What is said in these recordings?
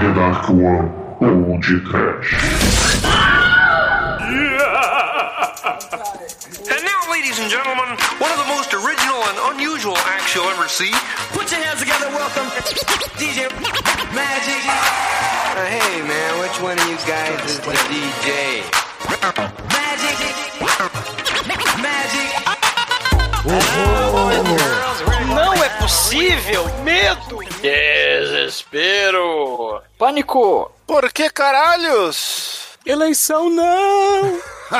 The Dark One Podcast. And now, ladies and gentlemen, one of the most original and unusual acts you'll ever see. Put your hands together, welcome DJ Magic. Hey man, which one of you guys is the DJ? Magic. Não é possível! Medo! Desespero! Pânico! Por que caralhos? Eleição não!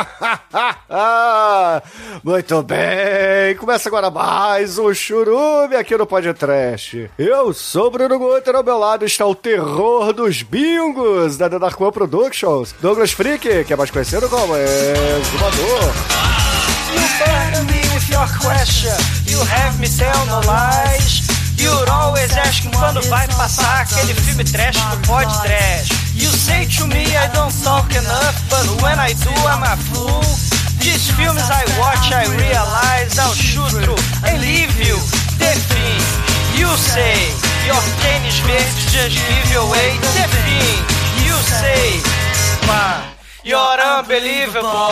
Muito bem, começa agora mais um Churume aqui no Podcast. Eu sou o Bruno Guter, ao meu lado está o terror dos bingos da The Dark One Productions, Douglas Freak, que é mais conhecido como Exumador. You burn me with your question, you have me tell no lies. You'd always ask quando vai passar aquele filme trash no pod trash. You say to me I don't talk enough, but when I do I'm a fool. These films I watch I realize I'll shoot through and leave you defin. You say your tênis verdes just give away defin. You say you're unbelievable.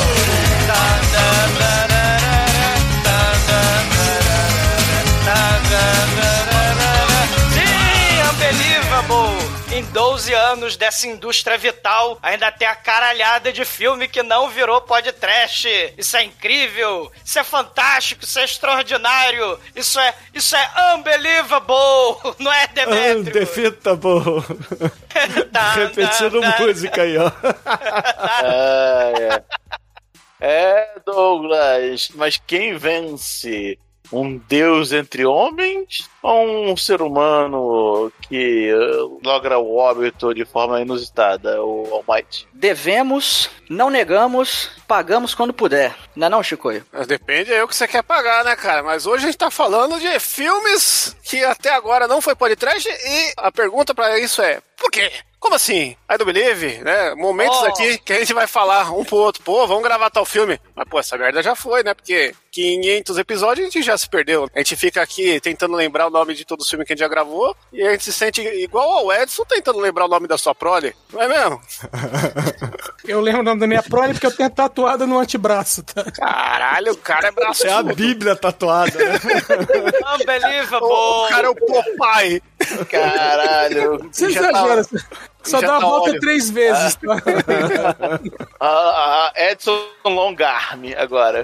Sim, unbelievable. Em 12 anos dessa indústria vital, ainda tem a caralhada de filme que não virou podcast. Isso é incrível, isso é fantástico, isso é extraordinário, isso é unbelievable, não é, Demetrio? Undefeatable. Repetindo música aí, ó. Douglas, mas quem vence? Um deus entre homens ou um ser humano que logra o óbito de forma inusitada, o Almighty? Devemos, não negamos, pagamos quando puder. Não é não, Chicoio? Depende aí o que você quer pagar, né, cara? Mas hoje a gente tá falando de filmes que até agora não foi podcast e a pergunta pra isso é, por quê? Como assim? I don't believe, né? Momentos aqui que a gente vai falar um pro outro, pô, vamos gravar tal filme. Mas, pô, essa merda já foi, né? Porque 500 episódios a gente já se perdeu. A gente fica aqui tentando lembrar o nome de todo o filme que a gente já gravou e a gente se sente igual ao Edson tentando lembrar o nome da sua prole. Não é mesmo? Eu lembro o nome da minha prole porque eu tenho tatuada no antebraço, tá? Caralho, o cara é braço. É a Bíblia tatuada, né? Unbelievable. O cara é o Popeye. Caralho. Você exagera. Só dá a volta óleo. 3 vezes, tá? Edson Longarme agora.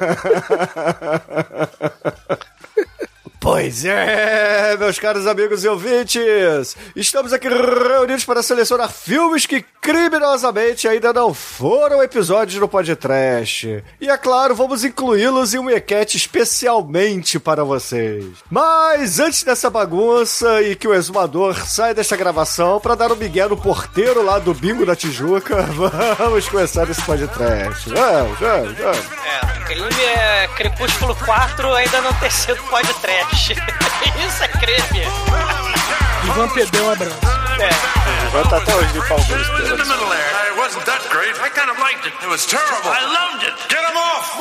Pois é, meus caros amigos e ouvintes, estamos aqui reunidos para selecionar filmes que criminosamente ainda não foram episódios do podcast. E é claro, vamos incluí-los em uma enquete especialmente para vocês. Mas antes dessa bagunça e que o exumador saia desta gravação para dar um migué no porteiro lá do Bingo da Tijuca, vamos começar esse podcast. Vamos. Crime é Crepúsculo 4 ainda não ter sido podcast. Isso é crime. Ivan Pedro, um abraço. Ivan tá até hoje de pau com isso. In the middle there. It wasn't that great. I kind of liked it. It was terrible. I loved it. Get him off.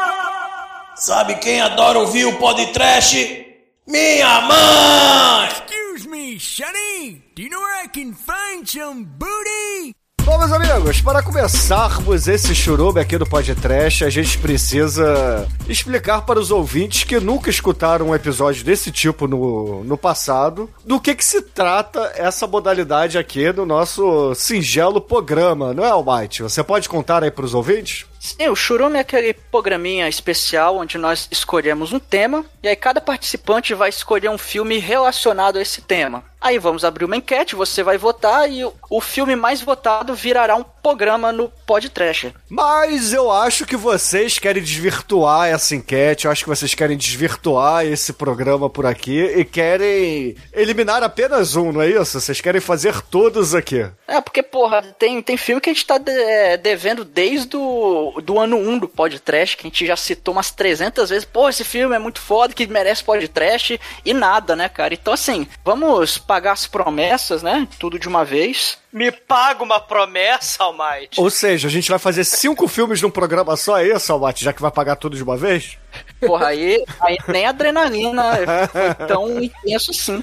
Sabe quem adora ouvir o podcast? Minha mãe! Excuse me, Sonny. Do you know where I can find some booty? Bom, meus amigos, para começarmos esse churume aqui do podcast, a gente precisa explicar para os ouvintes que nunca escutaram um episódio desse tipo no passado, do que se trata essa modalidade aqui do nosso singelo programa, não é, Almighty? Você pode contar aí para os ouvintes? Sim, o Churume é aquele programinha especial onde nós escolhemos um tema e aí cada participante vai escolher um filme relacionado a esse tema. Aí vamos abrir uma enquete, você vai votar e o filme mais votado virará um programa no podcast. Mas eu acho que vocês querem desvirtuar essa enquete, eu acho que vocês querem desvirtuar esse programa por aqui e querem eliminar apenas um, não é isso? Vocês querem fazer todos aqui. É, porque, porra, tem filme que a gente tá devendo desde do ano 1 do podcast, que a gente já citou umas 300 vezes. Pô, esse filme é muito foda, que merece podcast e nada, né, cara? Então, assim, vamos pagar as promessas, né? Tudo de uma vez. Me paga uma promessa, Almighty. Ou seja, a gente vai fazer 5 filmes num programa só, é isso, Almighty? Já que vai pagar tudo de uma vez? Porra, aí nem a adrenalina foi tão intenso assim, cara.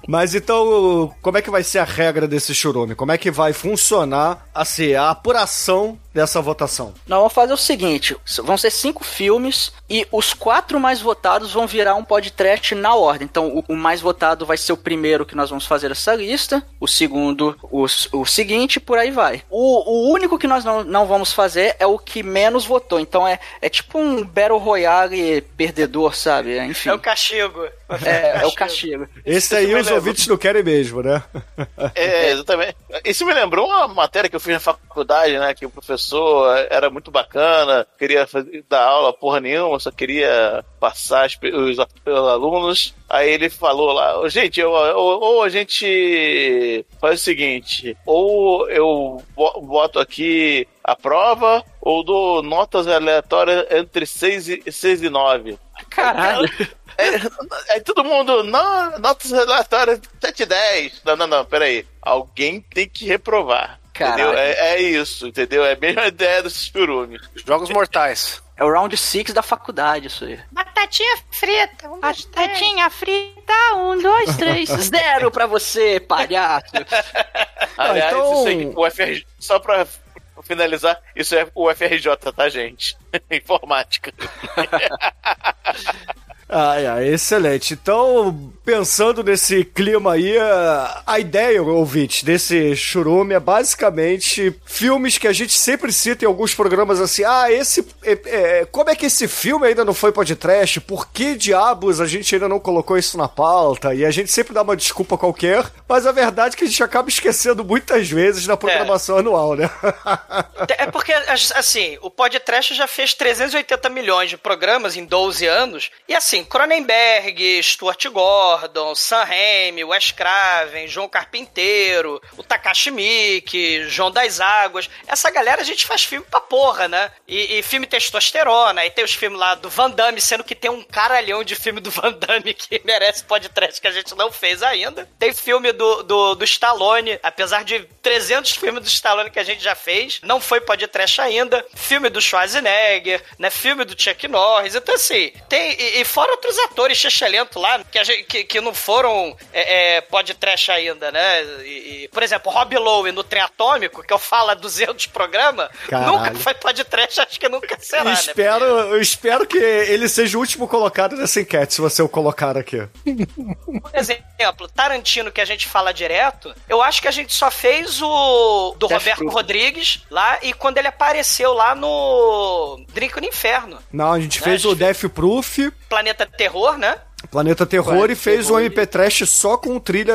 Mas então, como é que vai ser a regra desse churume? Como é que vai funcionar, assim, a apuração dessa votação? Nós vamos fazer o seguinte, vão ser 5 filmes e os 4 mais votados vão virar um podcast na ordem. Então, o mais votado vai ser o primeiro que nós vamos fazer essa lista, o segundo, o seguinte, por aí vai. O único que nós não vamos fazer é o que menos votou. Então, é tipo um Battle Royale perdedor, sabe? Enfim. É o castigo. É o castigo. Esse aí os ouvintes não querem mesmo, né? Exatamente. Isso me lembrou uma matéria que eu fiz na faculdade, né? Que o professor era muito bacana, queria dar aula porra nenhuma, só queria passar os alunos. Aí ele falou lá, gente, ou a gente faz o seguinte, ou eu boto aqui a prova, ou dou notas aleatórias entre 6 e 9. Caralho. Aí todo mundo, não, notas aleatórias 7 e 10. Não, peraí. Alguém tem que reprovar. Entendeu? É isso, entendeu? É a mesma ideia do churume. Jogos mortais. É o round 6 da faculdade, isso aí. Batatinha frita. Batatinha frita, 1, 2, 3. 0 pra você, palhaço. Aliás, isso aí, o FRJ, só pra finalizar, isso é o FRJ, tá, gente? Informática. Excelente. Então, pensando nesse clima aí, a ideia, ouvinte, desse churume é basicamente filmes que a gente sempre cita em alguns programas assim, como é que esse filme ainda não foi podcast? Por que diabos a gente ainda não colocou isso na pauta? E a gente sempre dá uma desculpa qualquer, mas a verdade é que a gente acaba esquecendo muitas vezes na programação anual, né? É porque, assim, o podcast já fez 380 milhões de programas em 12 anos, e assim, Cronenberg, Stuart Gordon, Sam Raimi, Wes Craven, João Carpinteiro, o Takashi Miike, João das Águas. Essa galera a gente faz filme pra porra, né? E filme testosterona. E tem os filmes lá do Van Damme, sendo que tem um caralhão de filme do Van Damme que merece podcast que a gente não fez ainda. Tem filme do Stallone, apesar de 300 filmes do Stallone que a gente já fez, não foi podcast ainda. Filme do Schwarzenegger, né? Filme do Chuck Norris. Então assim, tem... E fora outros atores chechelento lá, que não foram podcast ainda, né? Por exemplo, Rob Lowe no Trem Atômico, que eu falo há 200 programas, nunca foi podcast, acho que nunca será, né? Eu espero que ele seja o último colocado nessa enquete, se você o colocar aqui. Por exemplo, Tarantino, que a gente fala direto, eu acho que a gente só fez o do Roberto Rodrigues lá, e quando ele apareceu lá no Drink no Inferno. Não, a gente fez o Death Proof, Planeta Terror, né? Planeta Terror, e fez um MP Trash só com trilha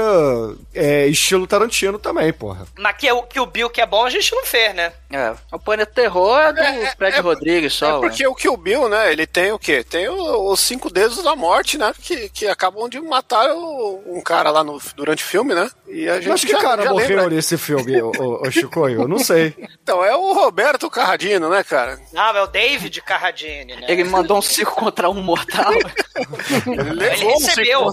estilo Tarantino também, porra. Mas que o Bill que é bom a gente não fez, né? O Planeta Terror é do Fred Rodrigues só. Porque o Kill Bill, né, ele tem o quê? Tem os 5 dedos da morte, né, que acabam de matar um cara lá durante o filme, né? E a gente Mas que cara morreu nesse filme, o Chico? Eu não sei. Então, é o Roberto Carradine, né, cara? Não, é o David Carradine, né? Ele mandou um 5 contra 1 mortal. Ele recebeu.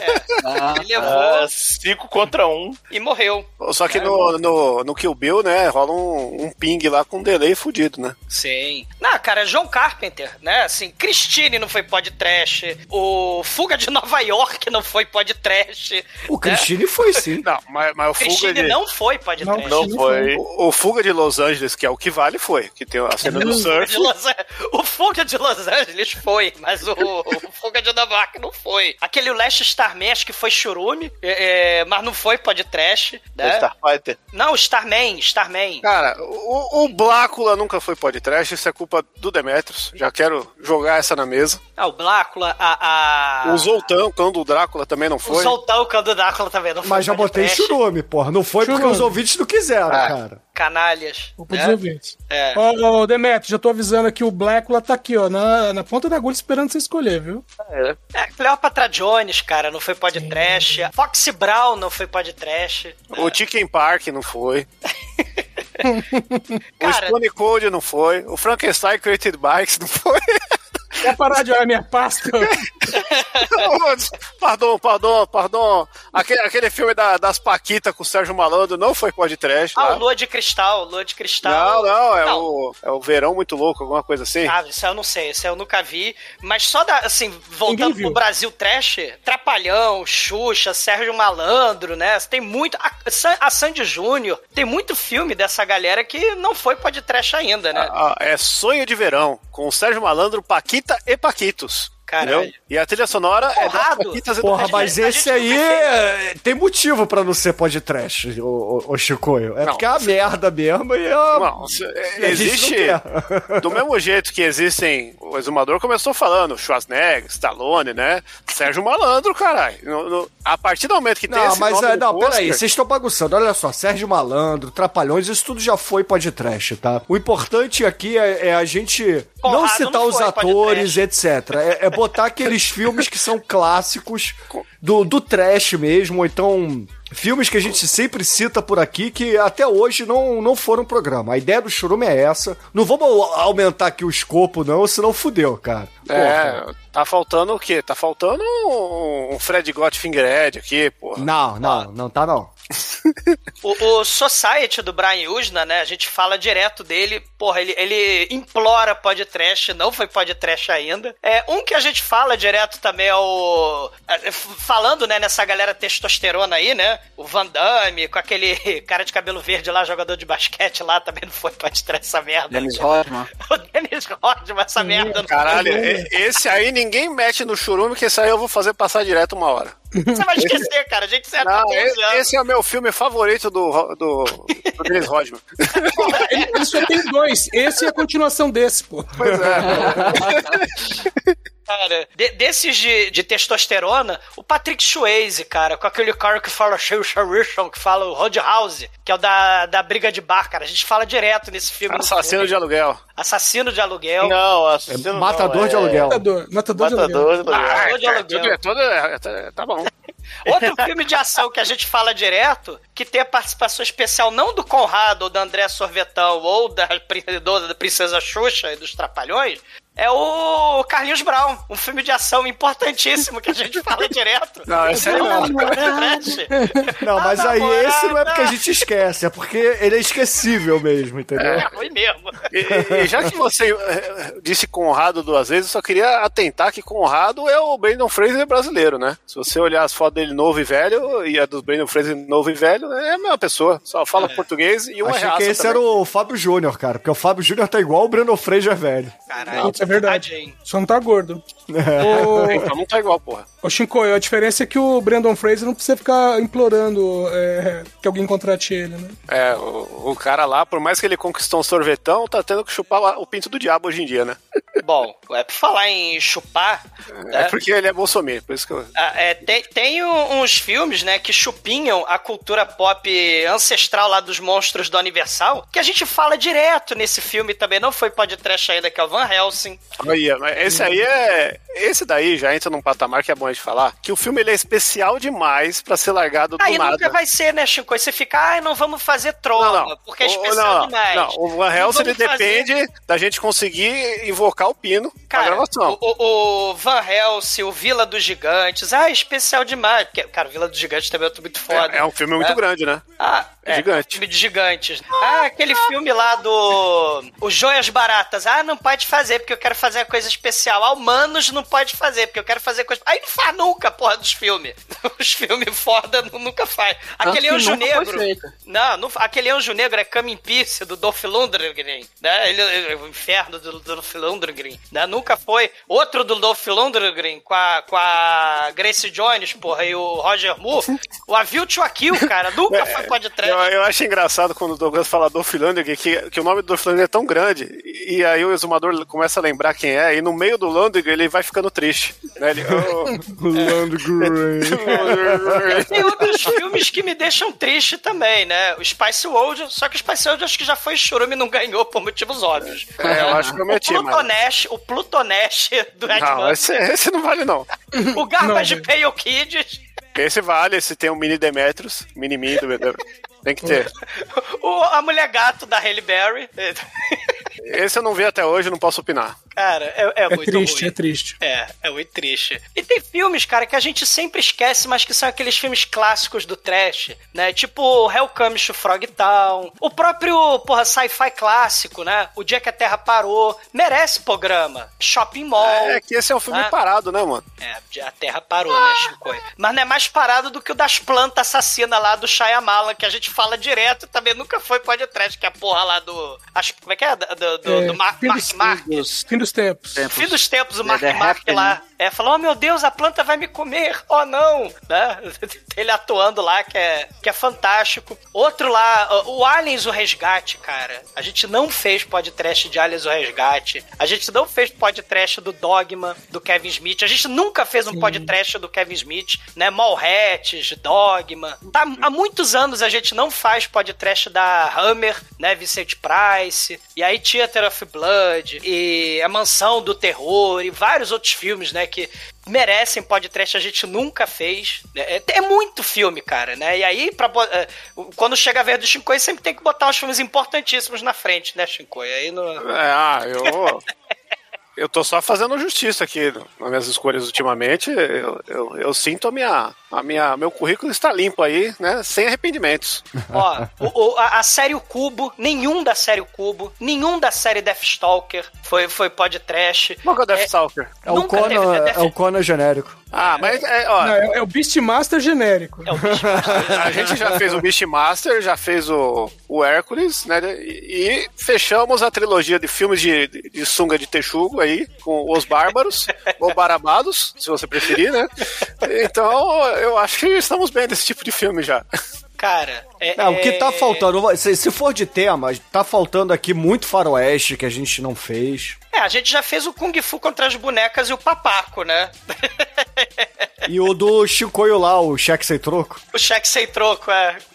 Ele levou 5 contra 1 e morreu. Só que no Kill Bill, né, rola um ping lá com um delay fudido, né? Sim. Não, cara, John Carpenter, né? Assim, Christine não foi podcast. O Fuga de Nova York não foi podcast. O Christine foi sim. Não, mas o Christine não foi podcast. Não foi. O Fuga de Los Angeles, que é o que vale, foi. Que tem a cena do surf. O Fuga de Los Angeles foi, mas o Fuga de Nova York não foi. Aquele Last Starman, acho que foi churume, mas não foi podcast. Né? Starfighter. Não, Starman. Cara, o Blácula nunca foi podcast, isso é culpa do Demetrius. Já quero jogar essa na mesa. O Blácula, O Zoltão, quando o Drácula também não foi. O Zoltão, quando o Drácula também não foi. Mas já botei churume, porra. Não foi porque os ouvintes não quiseram, cara. Canalhas. Culpa dos ouvintes. Ô, Demetrio, já tô avisando aqui, o Blácula tá aqui, ó, na ponta da agulha esperando você escolher, viu? Cleopatra Jones, cara, não foi podcast. Foxy Brown não foi podcast. O Chicken Park não foi. O Stone Cold não foi. O Frankenstein Created Bikes não foi. Quer parar de olhar minha pasta? Pardon. Aquele filme das Paquitas com o Sérgio Malandro não foi podcast. Ah, o Lua de Cristal. Não. É o Verão Muito Louco, alguma coisa assim. Ah, isso eu não sei, isso eu nunca vi. Mas só voltando pro Brasil Trash, Trapalhão, Xuxa, Sérgio Malandro, né? Tem muito. A Sandy Júnior, tem muito filme dessa galera que não foi podcast ainda, né? É Sonho de Verão, com o Sérgio Malandro, Paquita e Paquitos. Caralho. Entendeu? E a trilha sonora é das Paquitas e do Porra, mas esse aí tem motivo pra não ser podcast, o Chicoio. Porque é uma merda mesmo e existe. Do mesmo jeito que existem. O Exumador começou falando, Schwarzenegger, Stallone, né? Sérgio Malandro, caralho. A partir do momento que tem esse nome peraí, vocês estão bagunçando. Olha só, Sérgio Malandro, Trapalhões, isso tudo já foi podcast, tá? O importante aqui é a gente não citar os atores, etc. É botar aqueles filmes que são clássicos do trash mesmo, ou então filmes que a gente sempre cita por aqui que até hoje não foram programa. A ideia do Churume é essa. Não vamos aumentar aqui o escopo não, senão fudeu, cara. Tá faltando o quê? Tá faltando um Fred Gottfingered aqui, porra. Não tá não. O Society do Brian Usna, né? A gente fala direto dele. Porra, ele implora podcast, não foi podcast ainda. Um que a gente fala direto também é o... Falando, né, nessa galera testosterona aí, né? O Van Damme, com aquele cara de cabelo verde lá, jogador de basquete lá, também não foi podcast essa merda. Dennis Rodman. O Dennis Rodman, essa merda. Caralho, esse aí ninguém mete no churume, que esse aí eu vou fazer passar direto uma hora. Você vai esquecer, cara. A gente serve há 12 anos. Esse é o meu filme favorito do Dennis Rodman. Ele só tem 2. Esse é a continuação desse, pô. Pois é. Cara, desses de testosterona, o Patrick Swayze, cara, com aquele cara que fala que fala o Roadhouse, que é o da briga de bar, cara. A gente fala direto nesse filme. Assassino de aluguel. Assassino de aluguel. Não, assassino Matador de aluguel. Matador de aluguel. Matador de aluguel. Tá bom. Outro filme de ação que a gente fala direto, que tem a participação especial não do Conrado ou da André Sorvetão ou da Princesa Xuxa e dos Trapalhões, é o Carlinhos Brown, um filme de ação importantíssimo que a gente fala direto. Não, esse aí não. Não, mas aí esse não é porque a gente esquece, é porque ele é esquecível mesmo, entendeu? É, foi mesmo. E já que você disse Conrado 2 vezes, eu só queria atentar que Conrado é o Brandon Fraser brasileiro, né? Se você olhar as fotos dele novo e velho, e a do Brandon Fraser novo e velho, é a mesma pessoa, só fala português e uma Achei que esse também. Era o Fábio Júnior, cara, porque o Fábio Júnior tá igual o Brandon Fraser velho. Caralho. É verdade. Só não tá gordo. Então não tá igual, porra. Ô, Shinkoio, a diferença é que o Brandon Fraser não precisa ficar implorando que alguém contrate ele, né? O cara lá, por mais que ele conquistou um sorvetão, tá tendo que chupar o pinto do diabo hoje em dia, né? Bom, por falar em chupar... porque ele é bolsominion, por isso que eu... Tem uns filmes, né, que chupinham a cultura pop ancestral lá dos monstros do Universal, que a gente fala direto nesse filme também, não foi podcast ainda, que é o Van Helsing. Esse daí já entra num patamar que é bom de falar, que o filme ele é especial demais pra ser largado do nada. Aí nunca vai ser, né, Chico? Você fica, não vamos fazer troma, porque é especial demais. Não, o Van Helsing ele depende da gente conseguir invocar o pino pra gravação. O Van Helsing, o Vila dos Gigantes, especial demais. Porque, cara, o Vila dos Gigantes também é muito foda. É um filme muito grande, né? Gigante. Filme de gigantes. Aquele filme lá do... Os Joias Baratas. Não pode fazer, porque eu quero fazer uma coisa especial. Humanos não pode fazer, porque eu quero fazer coisa... Aí não faz nunca, porra, dos filmes. Os filmes foda nunca faz. Aquele Anjo Negro... Não, aquele Anjo Negro é Come in Peace, do Dolph Lundgren, né? O inferno do Dolph Lundgren, né? Nunca foi. Outro do Dolph Lundgren com a Grace Jones, porra, e o Roger Moore. O A View to a Kill, cara, nunca foi podcast. Eu acho engraçado quando o Douglas fala Dolph Lundgren, que o nome do Dolph Lundgren é tão grande, e aí o exumador começa a lembrar quem é, e no meio do Lundgren ele vai ficando triste. Né? Lundgren. Tem outros filmes que me deixam triste também, né? O Spice World, só que o Spice World acho que já foi churume e não ganhou por motivos óbvios. Eu acho que eu meti, o Plutonash do Red Não, esse não vale não. O Garbage Pail Kids. Esse vale, esse tem um mini Demetrius, mini do... Tem que ter. A Mulher Gato da Halle Berry. Esse eu não vi até hoje, não posso opinar. Cara, é muito triste, ruim. é triste. É muito triste. E tem filmes, cara, que a gente sempre esquece, mas que são aqueles filmes clássicos do trash, né? Tipo Hell Comes to Frogtown. O próprio, sci-fi clássico, né? O Dia que a Terra Parou. Merece programa. Shopping Mall. É que esse é um filme parado, né, mano? A Terra Parou, né, Chico? Mas não é mais parado do que o das plantas assassinas lá do Shyamalan, que a gente fala direto e também nunca foi podcast, que é a porra lá do... Como é que é? Do Mark Marques. Fim dos tempos. Fim dos tempos, o Mark lá. Falou, oh meu Deus, a planta vai me comer, oh não, né? Ele atuando lá, que é fantástico. Outro lá, o Aliens, o Resgate, cara. A gente não fez podcast de Aliens, o Resgate. A gente não fez podcast do Dogma, do Kevin Smith. A gente nunca fez um podcast do Kevin Smith, né? Mallrats, Dogma. Há muitos anos a gente não faz podcast da Hammer, né? Vincent Price. E aí Theater of Blood. E A Mansão do Terror. E vários outros filmes, né? Que merecem podcast, a gente nunca fez. É muito filme, cara, né? E aí, quando chega a vez do Shinkoi, sempre tem que botar uns filmes importantíssimos na frente, né, Shinkoi? Aí não... Eu tô só fazendo justiça aqui nas minhas escolhas ultimamente. Eu sinto meu currículo está limpo aí, né? Sem arrependimentos. A série O Cubo, nenhum da série O Cubo, nenhum da série Deathstalker foi podcast. Qual que é o Deathstalker? É o Conan genérico. Mas é o Beastmaster genérico. É o Beastmaster. A gente já fez o Beastmaster, já fez o Hércules, né? E fechamos a trilogia de filmes de sunga de texugo aí, com Os Bárbaros, ou Barabados, se você preferir, né? Então, eu acho que estamos bem desse tipo de filme já. Cara, o que tá faltando, se for de tema, tá faltando aqui muito faroeste que a gente não fez. A gente já fez o Kung Fu contra as bonecas e o papaco, né? E o do Chicoio lá, o Cheque Sem Troco. O Cheque Sem Troco,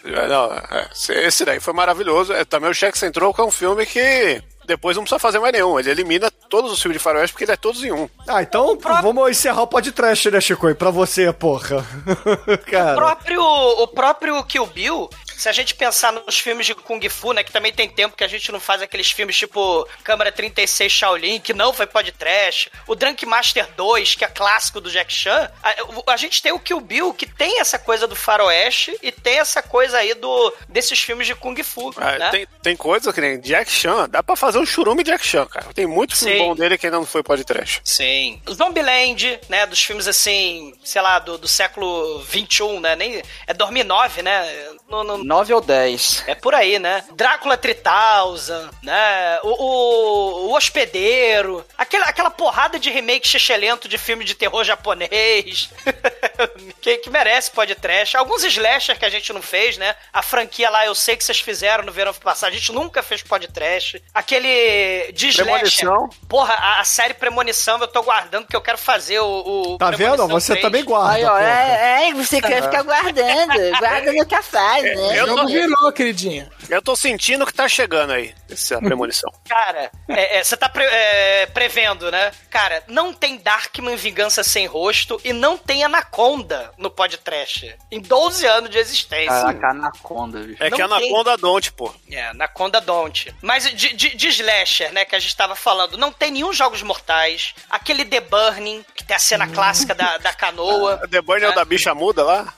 esse daí foi maravilhoso. Também o Cheque Sem Troco é um filme que depois não precisa fazer mais nenhum. Ele elimina todos os filmes de faroeste porque ele é todos em um. Então vamos encerrar o podcast, né, Chicoio? Pra você, porra. Cara. O próprio Kill Bill, se a gente pensar nos filmes de Kung Fu, né, que também tem tempo que a gente não faz aqueles filmes tipo Câmara 36 Shaolin, que não foi podcast, o Drunk Master 2, que é clássico do Jack Chan, a gente tem o Kill Bill, que tem essa coisa do faroeste e tem essa coisa aí desses filmes de Kung Fu, né? Tem coisa que nem Jack Chan, dá pra fazer um churume de Jack Chan, cara. Tem muito filme bom dele que ainda não foi podcast. Sim. Zombieland, né, dos filmes assim, sei lá, do século 21, né, nem... É 2009, né? 9 ou 10. É por aí, né? Drácula 3000, né? O Hospedeiro. Aquela porrada de remake xixelento de filme de terror japonês. que merece podcast. Alguns slasher que a gente não fez, né? A franquia lá, eu sei que vocês fizeram no verão passado. A gente nunca fez podcast. Aquele de slasher. Porra, a série Premonição eu tô guardando porque eu quero fazer o Tá vendo? Você 3. Também guarda. Aí, você quer ficar guardando. Guarda no café, né? Eu não virou, queridinha. Eu tô sentindo que tá chegando aí, essa premonição. Cara, você tá prevendo, né? Cara, não tem Darkman Vingança Sem Rosto e não tem Anaconda no podcast. Em 12 anos de existência. Caraca, Anaconda, bicho. É não que Anaconda don't, pô. Anaconda don't. Mas de slasher, né, que a gente tava falando, não tem nenhum Jogos Mortais. Aquele The Burning, que tem a cena clássica da canoa. The Burning é o da bicha muda lá?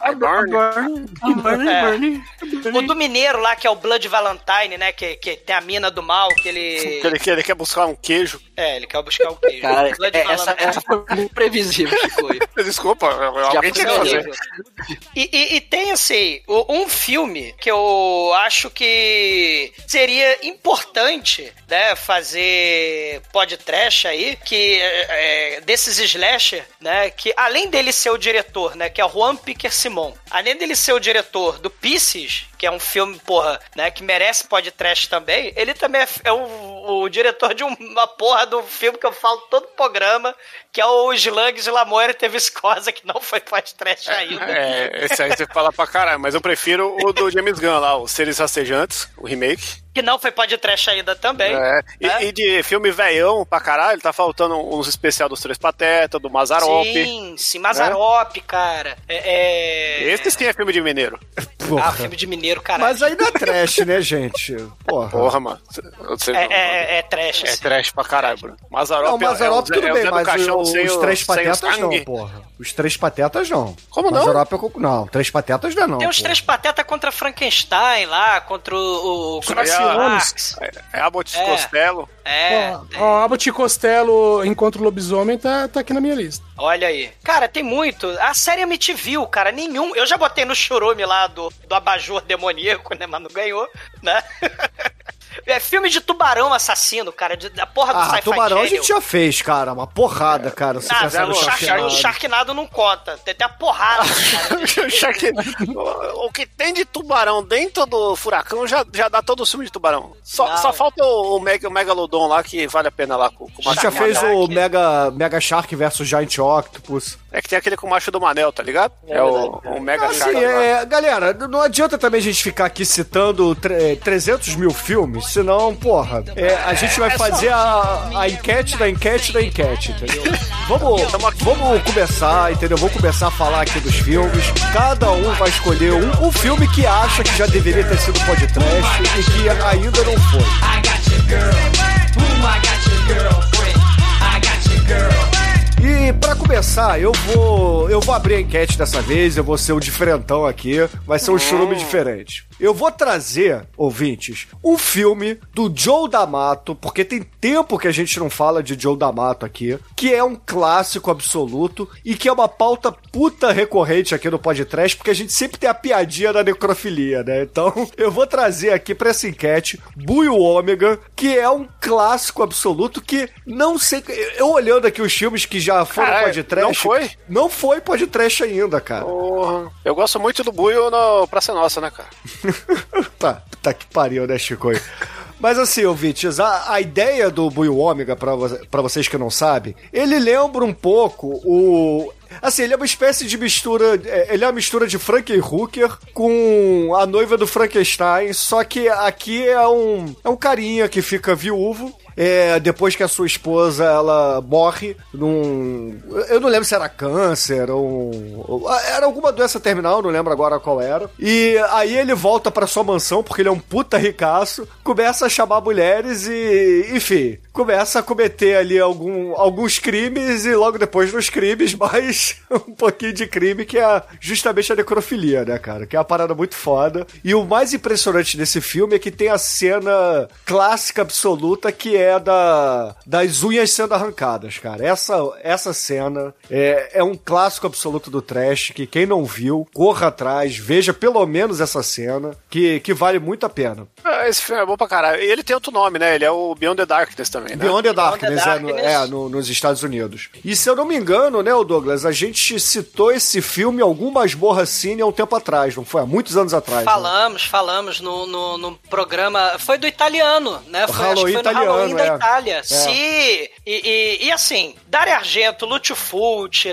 Burning. O do mineiro lá, que é o Blood Valentine, né? Que tem a mina do mal, que ele... Ele quer buscar um queijo. Ele quer buscar um queijo. Cara, essa foi muito previsível, Chico. Desculpa, alguém tinha que fazer. E tem, assim, um filme que eu acho que seria importante, né, fazer podcast aí, que desses slasher, né, que além dele ser o diretor, né, que é o Juan Piquer Simon, além dele ser o diretor do Pieces, que é um filme, porra, né, que merece podcast também, ele também é o diretor de uma porra do filme que eu falo todo programa, que é o Slugs La Muerte Viscosa, que não foi podcast ainda. Esse aí você fala pra caralho, mas eu prefiro o do James Gunn lá, o Seres Rastejantes, o remake. Que não foi podcast ainda também. E de filme velhão pra caralho, tá faltando uns especial dos Três Patetas, do Mazzaropi. Sim, Mazzaropi, cara. Esse sim é filme de mineiro. Porra. Filme de mineiro, caralho. Mas ainda é trash, né, gente? Porra, mano. É trash. É trash pra caralho, Bruno. Mazzaropi Não, Mazzaropi tudo bem, mas os Três Patetas não, porra. Os Três Patetas não. Como não? Mazzaropi não, Três Patetas não. Tem os Três Patetas contra Frankenstein lá, contra o Marcianos. É Abbott e Costello. Abbott e Costello encontra o lobisomem tá aqui na minha lista. Olha aí. Cara, tem muito. A série MTV, cara, nenhum. Eu já botei no churume lá do abajur demoníaco, né? Mas não ganhou, né? É filme de tubarão assassino, cara. Da porra do Sci-Fi Tubarão Channel. a gente já fez, cara. Uma porrada, cara. Você pensa no o Sharknado não conta. Tem até a porrada. O que tem de tubarão dentro do furacão já dá todo o filme de tubarão. Só falta o Megalodon lá, que vale a pena lá. Com a gente já fez o Mega Shark versus Giant Octopus. É que tem aquele com o macho do Manel, tá ligado? É o Mega Shark. Galera, não adianta também a gente ficar aqui citando 300 mil filmes, senão, porra, a gente vai fazer a enquete da enquete da enquete, entendeu? Vamos começar, entendeu? Vamos começar a falar aqui dos filmes. Cada um vai escolher um filme que acha que já deveria ter sido podcast e que ainda não foi. I got your girl. I got your girlfriend. I got your girl. E pra começar, eu vou abrir a enquete dessa vez, eu vou ser o diferentão aqui, vai ser um churume diferente. Eu vou trazer, ouvintes, um filme do Joe D'Amato, porque tem tempo que a gente não fala de Joe D'Amato aqui, que é um clássico absoluto e que é uma pauta puta recorrente aqui no podcast, porque a gente sempre tem a piadinha da necrofilia, né? Então, eu vou trazer aqui pra essa enquete Buio Ômega, que é um clássico absoluto que não sei... Eu olhando aqui os filmes que já foram podcast... Não foi? Não foi podcast ainda, cara. Eu gosto muito do Buio no Praça Nossa, né, cara? Tá que pariu, né, Chico? Mas assim, ouvintes, a ideia do Buio Ômega, pra vocês que não sabem, ele lembra um pouco o... Assim, ele é uma espécie de mistura... Ele é uma mistura de Frankenhooker com a noiva do Frankenstein, só que aqui é um carinha que fica viúvo, depois que a sua esposa, ela morre num... Eu não lembro se era câncer ou... Era alguma doença terminal, não lembro agora qual era. E aí ele volta pra sua mansão, porque ele é um puta ricaço, começa a chamar mulheres e... Enfim, começa a cometer ali alguns crimes e logo depois dos crimes, mais um pouquinho de crime, que é justamente a necrofilia, né, cara? Que é uma parada muito foda. E o mais impressionante desse filme é que tem a cena clássica absoluta, que é das unhas sendo arrancadas, cara. Essa cena é um clássico absoluto do trash, que quem não viu, corra atrás, veja pelo menos essa cena, que vale muito a pena. Esse filme é bom pra caralho. E ele tem outro nome, né? Ele é o Beyond the Darkness também, né? Beyond the Darkness, nos Estados Unidos. E se eu não me engano, né, o Douglas, a gente citou esse filme em alguma Masmorra Cine há um tempo atrás, não foi? Há muitos anos atrás. Falamos no programa, foi do italiano, né? Foi no Halloween da Itália. Sim. E assim, Dario Argento, Lúcio Fulci,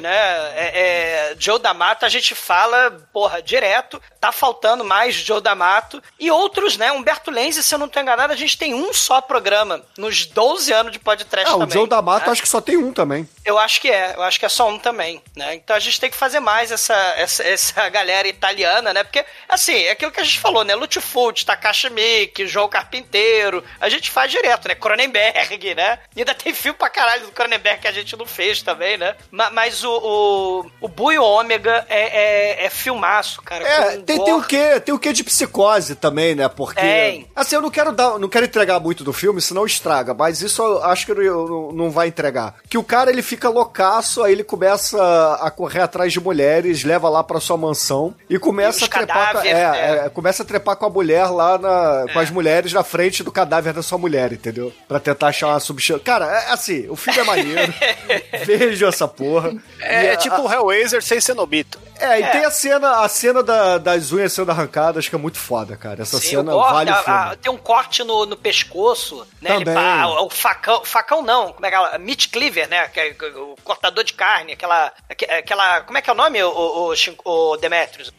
né? Joe D'Amato, a gente fala, porra, direto. Tá faltando mais Joe D'Amato. E outros, né? Humberto Lenzi, se eu não tô enganado, a gente tem um só programa nos 12 anos de podcast também. O Joe D'Amato, né? Acho que só tem um também. Eu acho que é só um também, né? Então a gente tem que fazer mais essa galera italiana, né? Porque, assim, é aquilo que a gente falou, né? Lúcio Fulci, Takashi Miike, João Carpinteiro, a gente faz direto, né? Cronenberg, né? E ainda tem filme pra caralho do Cronenberg que a gente não fez também, né? Mas o Buio Ômega é filmaço, cara. Tem o quê de psicose também, né? Porque, assim, eu não quero entregar muito do filme, senão estraga, mas isso eu acho que não vai entregar. Que o cara, ele fica loucaço, aí ele começa a correr atrás de mulheres, leva lá pra sua mansão e começa a trepar começa a trepar com a mulher lá com as mulheres na frente do cadáver da sua mulher, entendeu? Pra tentar achar uma substância. Cara, assim, o filme é maneiro. Vejo essa porra. É tipo o Hellraiser sem Cenobito. E tem a cena das unhas sendo arrancadas, que é muito foda, cara. Essa cena vale o filme. Tem um corte no pescoço, né? Também. O facão não, como é que é? Meat cleaver, né? O cortador de carne, aquela como é que é o nome, o Demetrius?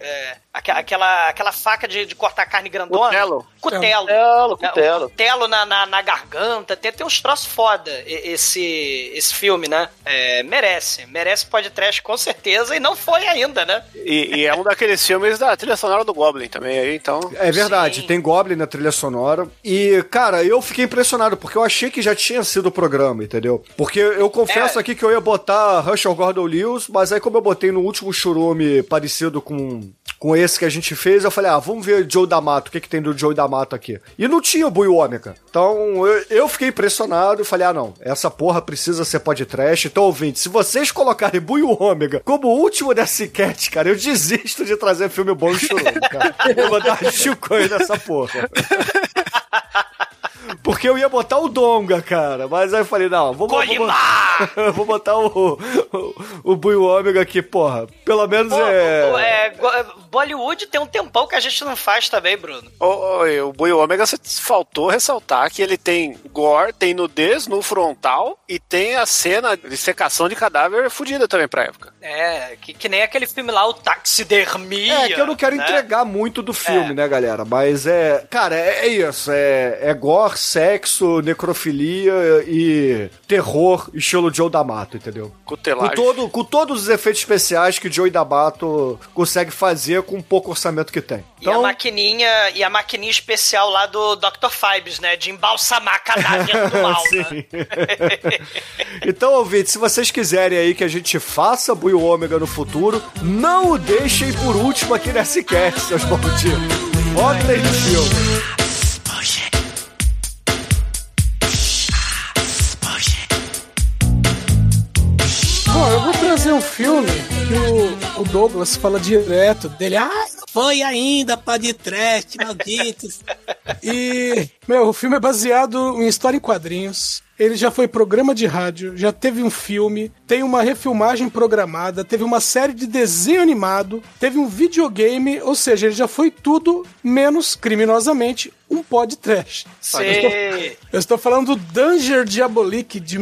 Aquela faca de cortar carne grandona. Cutelo. Cutelo na garganta. 60, tem uns troços foda esse filme, né? Merece podcast com certeza, e não foi ainda, né? E é um daqueles filmes da trilha sonora do Goblin também, aí, então... É verdade, Sim. tem Goblin na trilha sonora. E, cara, eu fiquei impressionado, porque eu achei que já tinha sido o programa, entendeu? Porque eu confesso aqui que eu ia botar Russell Gordon-Lewis, mas aí como eu botei no último churume parecido com esse que a gente fez, eu falei, vamos ver Joe D'Amato, o que tem do Joe D'Amato aqui? E não tinha o Bui Ômega. Então, eu fiquei impressionado e falei, não, essa porra precisa ser podcast. Então, ouvinte, se vocês colocarem Bui Ômega como o último dessa enquete, cara, eu desisto de trazer filme bom no churume, cara. Eu vou dar chicoio nessa porra. Porque eu ia botar o Donga, cara. Mas aí eu falei, não, vou botar o Bui Ômega aqui, porra. Pelo menos Bollywood tem um tempão que a gente não faz também, Bruno. O Bui Ômega, faltou ressaltar que ele tem gore, tem nudez no frontal e tem a cena de secação de cadáver fodida também pra época. Que nem aquele filme lá, o Taxidermia. Que eu não quero entregar muito do filme, né, galera? Mas cara, é isso. É gore, sexo, necrofilia e terror, estilo Joe D'Amato, entendeu? Cutelagem. Com todos os efeitos especiais que Joe D'Amato consegue fazer com o pouco orçamento que tem. Então... E a maquininha especial lá do Dr. Fibes, né? De embalsamar cadáver do mal, né? Então, ouvinte, se vocês quiserem aí que a gente faça Bui Ômega no futuro, não o deixem por último aqui nessa cast, seus malditos. Votem no filme. Bom, eu vou trazer um filme que o Douglas fala direto dele. Foi ainda, podcast, malditos. E, o filme é baseado em história em quadrinhos. Ele já foi programa de rádio, já teve um filme, tem uma refilmagem programada, teve uma série de desenho animado, teve um videogame, ou seja, ele já foi tudo menos, criminosamente, um podcast. Eu estou falando do Danger Diabolique, de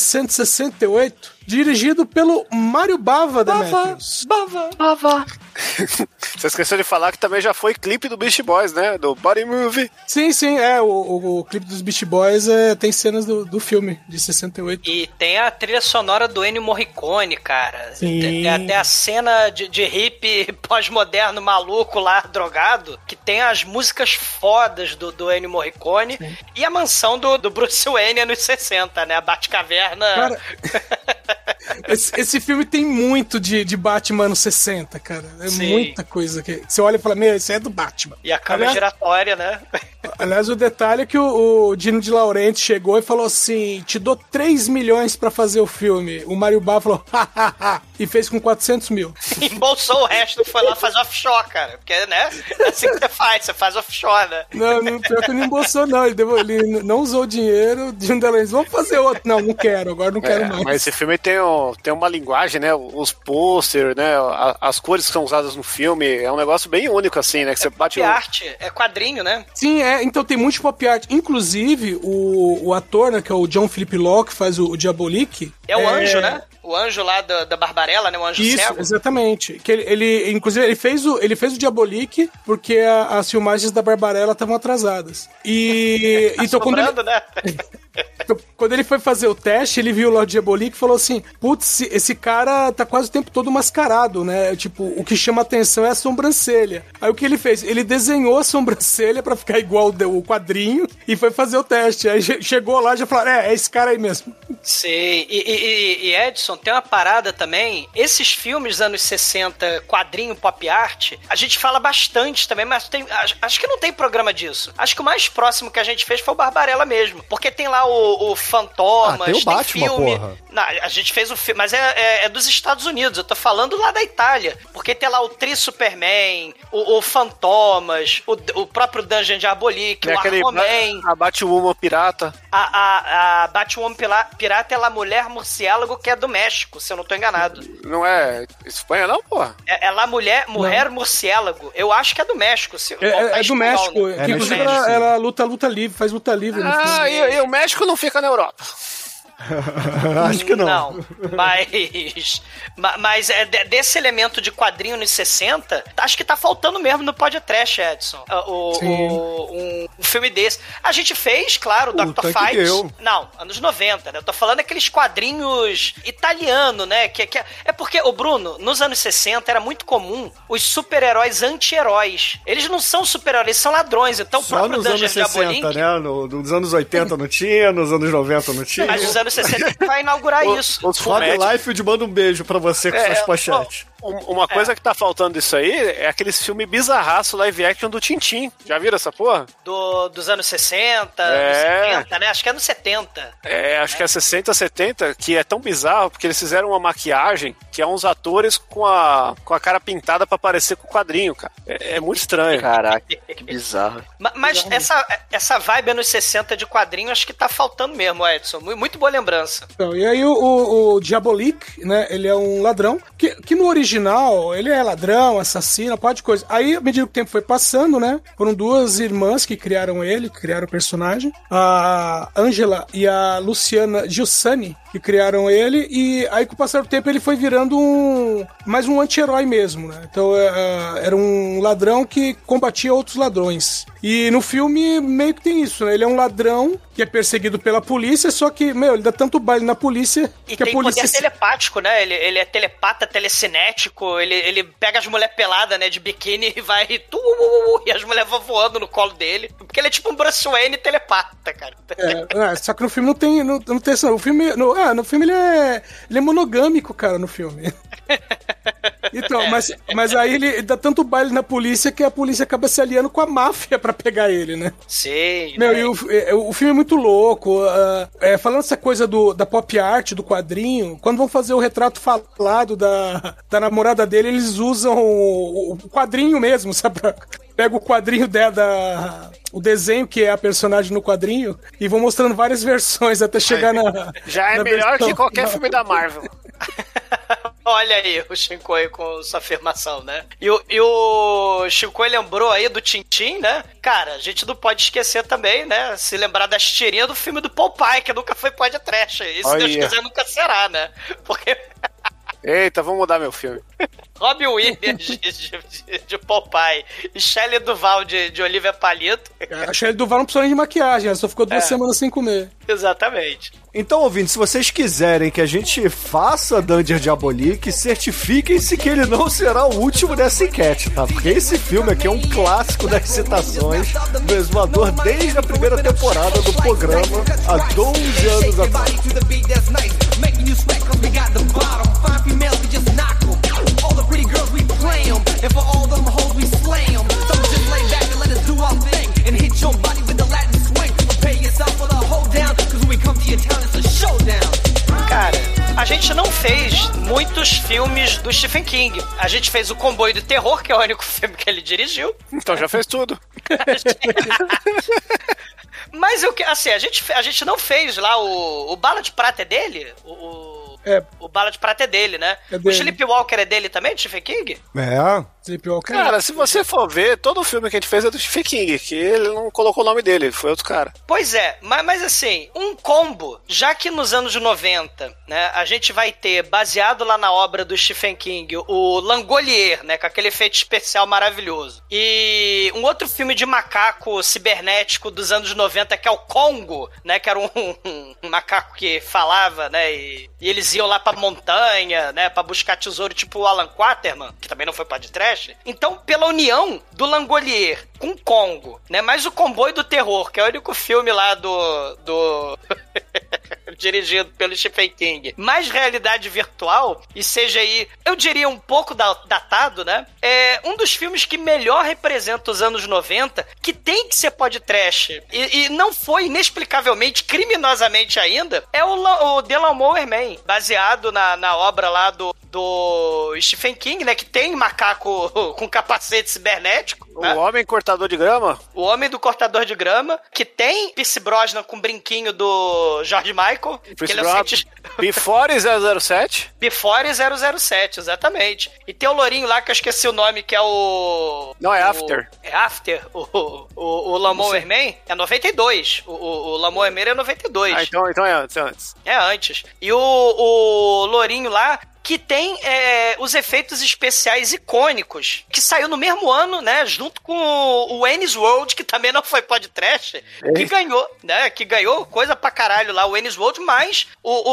1968, dirigido pelo Mário Bava, Demetrius. Bava. Você esqueceu de falar que também já foi clipe do Beast Boys, né? Do Body Movie. Sim, o clipe dos Beast Boys tem cenas do filme, de 68. E tem a trilha sonora do Ennio Morricone, cara. Sim. Tem até a cena de hippie pós-moderno maluco lá, drogado, que tem as músicas fodas do Ennio Morricone. Sim. E a mansão do Bruce Wayne nos 60, né? A Batcaverna. Cara, esse filme tem muito de Batman anos 60, cara. Sim. Muita coisa que você olha e fala, isso é do Batman. E a câmera giratória, né? Aliás, o detalhe é que o Dino de Laurenti chegou e falou assim, te dou 3 milhões pra fazer o filme. O Mário Bava falou, hahaha, e fez com 400 mil. Embolsou o resto, foi lá fazer offshore, cara. Porque, né? É assim que você faz offshore, né? Não, pior que não embolsou, não. Ele não usou o dinheiro. Dino de Laurenti, vamos fazer outro. Não quero, agora não quero mais. Mas esse filme tem uma linguagem, né? Os posters, né? As cores que são usadas no filme, é um negócio bem único, assim, né? Que você bate arte, é quadrinho, né? Sim, então tem muito pop art. Inclusive, o ator, né, que é o John Philip Law, que faz o Diabolique. É o anjo, né? O anjo lá da Barbarella, né? O anjo cego. Isso, exatamente. Que ele inclusive, ele fez o Diabolique porque as filmagens da Barbarella estavam atrasadas. E então quando ele foi fazer o teste, ele viu lá o Diabolique e falou assim, putz, esse cara tá quase o tempo todo mascarado, né? Tipo, o que chama atenção é a sobrancelha. Aí o que ele fez? Ele desenhou a sobrancelha pra ficar igual o quadrinho e foi fazer o teste. Aí chegou lá e já falou, é esse cara aí mesmo. Sim, e Edson, tem uma parada também, esses filmes dos anos 60, quadrinho, pop art, a gente fala bastante também, mas acho que não tem programa disso. Acho que o mais próximo que a gente fez foi o Barbarella mesmo, porque tem lá o Fantomas, tem o Batman, filme. Porra. Não, a gente fez o filme, mas é dos Estados Unidos, eu tô falando lá da Itália, porque tem lá o Tri-Superman, o Fantomas, o próprio Dungeon Diabolique, o Aquaman. A Batwoman pirata. A Batwoman pirata é a mulher morcélago que é do México, se eu não tô enganado. Não é Espanha não, porra? Ela mulher morcélago. Eu acho que é do México. É do México. Né? Que inclusive ela luta livre, faz luta livre. E o México não fica na Europa. Acho que não. Não, mas desse elemento de quadrinho nos 60, acho que tá faltando mesmo no podcast, Edson. Um filme desse. A gente fez, claro, o Dr. Fight. Não, anos 90, né? Eu tô falando aqueles quadrinhos italianos, né? É porque, o Bruno, nos anos 60 era muito comum os super-heróis anti-heróis. Eles não são super-heróis, eles são ladrões. Então, só nos anos 60, né? Nos anos 80 não tinha, nos anos 90 não tinha. Mas nos anos 60 vai inaugurar isso. O Rob Liefeld manda um beijo pra você com suas pochetes. Uma coisa que tá faltando disso aí é aqueles filmes bizarraço live action do Tintin. Já viram essa porra? Dos anos 60, anos 70, né? Acho que é anos 70. Acho que é 60, 70, que é tão bizarro porque eles fizeram uma maquiagem que é uns atores com a cara pintada pra parecer com o quadrinho, cara. É muito estranho. Caraca, que bizarro. Mas essa vibe anos 60 de quadrinho acho que tá faltando mesmo, Edson. Muito boa lembrança. Então, e aí o Diabolik, né? Ele é um ladrão que no original ele é ladrão, assassino, pode de coisa. Aí, à medida que o tempo foi passando, né? Foram duas irmãs que criaram ele, criaram o personagem. A Angela e a Luciana Giussani, que criaram ele. E aí, com o passar do tempo, ele foi virando mais um anti-herói mesmo, né? Então, era um ladrão que combatia outros ladrões. E no filme, meio que tem isso, né? Ele é um ladrão que é perseguido pela polícia, só que, ele dá tanto baile na polícia e que a polícia... poder telepático, né? Ele é telepata, telecinético, ele pega as mulheres peladas, né, de biquíni e vai... E as mulheres vão voando no colo dele. Porque ele é tipo um Bruce Wayne telepata, cara. Só que no filme não tem isso, não. No filme ele é monogâmico, cara, no filme. Então, mas aí ele dá tanto baile na polícia que a polícia acaba se aliando com a máfia pra pegar ele, né? Sim. E o filme é muito louco. Falando essa coisa da pop art, do quadrinho, quando vão fazer o retrato falado da namorada dele, eles usam o quadrinho mesmo, sabe? Pega o quadrinho dela, o desenho que é a personagem no quadrinho, e vão mostrando várias versões até chegar na... Já é melhor que qualquer filme da Marvel. Olha aí o Shinkoi com sua afirmação, né? E o Shinkoi lembrou aí do Tintin, né? Cara, a gente não pode esquecer também, né? Se lembrar das tirinhas do filme do Popeye, que nunca foi podcast. E se Deus quiser, nunca será, né? Porque... Eita, vamos mudar meu filme. Robin Williams de Popeye e Shelley Duvall de Olivia Palito. A Shelley Duvall não precisou nem de maquiagem, ela só ficou 2 semanas sem comer. Exatamente. Então, ouvintes, se vocês quiserem que a gente faça Danger Diabolik, certifiquem-se que ele não será o último dessa enquete, tá? Porque esse filme aqui é um clássico das citações do Exumador desde a primeira temporada do programa, há 12 anos atrás. Cara, a gente não fez muitos filmes do Stephen King. A gente fez o Comboio do Terror, que é o único filme que ele dirigiu. Então já fez tudo. Mas assim, a gente não fez lá o Bala de Prata é dele? O Bala de Prata é dele, né? O Sleepwalker é dele também, do Stephen King? Sleepwalker. Cara, se você for ver, todo o filme que a gente fez é do Stephen King, que ele não colocou o nome dele, foi outro cara. Pois é, mas assim, um combo, já que nos anos 90, né, a gente vai ter, baseado lá na obra do Stephen King, o Langolier, né, com aquele efeito especial maravilhoso, e um outro filme de macaco cibernético dos anos 90, que é o Congo, né, que era um macaco que falava, né, e eles iam lá pra montanha, né, pra buscar tesouro, tipo o Alan Quaterman, que também não foi pra de trash. Então, pela união do Langolier com Congo, né, mais o Comboio do Terror, que é o único filme lá do dirigido pelo Stephen King, mais realidade virtual, e seja aí, eu diria um pouco datado, né, é um dos filmes que melhor representa os anos 90, que tem que ser podcast, e não foi inexplicavelmente, criminosamente ainda, é o The Lawnmower Man, baseado na obra lá do Stephen King, né, que tem macaco com capacete cibernético. O Homem Cortador de Grama? O Homem do Cortador de Grama, que tem Pierce Brosnan com brinquinho do George Michael. Que ele é Before 007? Before 007, exatamente. E tem o lourinho lá, que eu esqueci o nome, que é o... Não, é After. É After. O Lawnmower Man é 92. O Lawnmower Man é 92. Ah, então é antes. É antes. E o lourinho lá, que tem os efeitos especiais icônicos, que saiu no mesmo ano, né, junto com o Wayne's World, que também não foi podcast, que ganhou, né, que ganhou coisa pra caralho lá, o Wayne's World, mas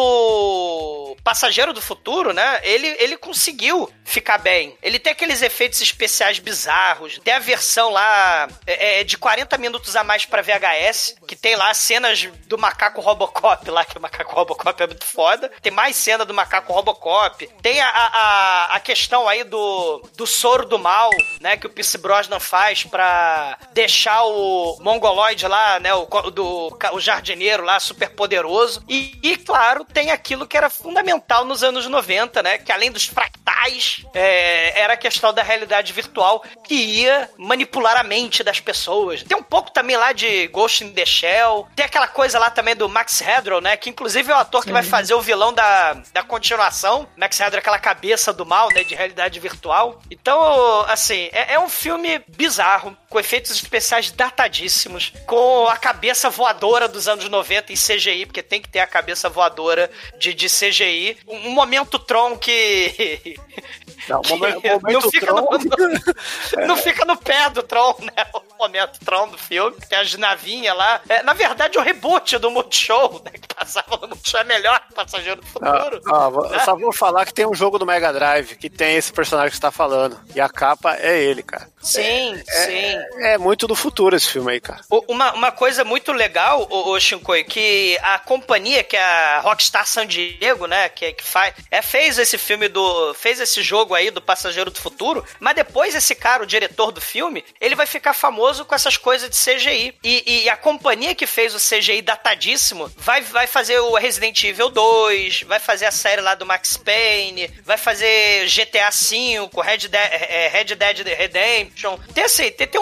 o Passageiro do Futuro, né, ele conseguiu ficar bem. Ele tem aqueles efeitos especiais bizarros, tem a versão lá de 40 minutos a mais pra VHS, que tem lá cenas do macaco Robocop lá, que o macaco Robocop é muito foda, tem mais cena do macaco Robocop, tem a questão aí do soro do mal, né, que o Pierce Brosnan faz pra deixar o mongoloide lá, né, o jardineiro lá super poderoso, e claro, tem aquilo que era fundamental nos anos 90, né, que além dos fractais, era a questão da realidade virtual que ia manipular a mente das pessoas. Tem um pouco também lá de Ghost in the Shell, tem aquela coisa lá também do Max Headrow, né, que inclusive é o ator que vai fazer o vilão da continuação. Max Headrow é aquela cabeça do mal, né, de realidade virtual. Então, assim, é um filme bizarro, com efeitos especiais datadíssimos, com a cabeça voadora dos anos 90 em CGI, porque tem que ter a cabeça voadora de CGI. Um momento Tron que... Não, momento fica Tron... não fica no pé do Tron, né? O momento Tron do filme, tem as navinhas lá. Na verdade, o reboot do Multishow, né, que passava no Multishow, é melhor que o Passageiro do Futuro. Eu só vou falar que tem um jogo do Mega Drive que tem esse personagem que você tá falando. E a capa é ele, cara. Sim, sim. É muito do futuro esse filme aí, cara. Uma coisa muito legal, o Shinkoi, que a companhia, que é a Rockstar San Diego, né, que fez esse filme fez esse jogo aí do Passageiro do Futuro, mas depois esse cara, o diretor do filme, ele vai ficar famoso com essas coisas de CGI. E a companhia que fez o CGI datadíssimo vai fazer o Resident Evil 2, vai fazer a série lá do Max Payne, vai fazer GTA V, Red Dead Redemption. Tem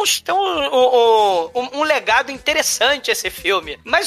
um legado interessante esse filme. Mas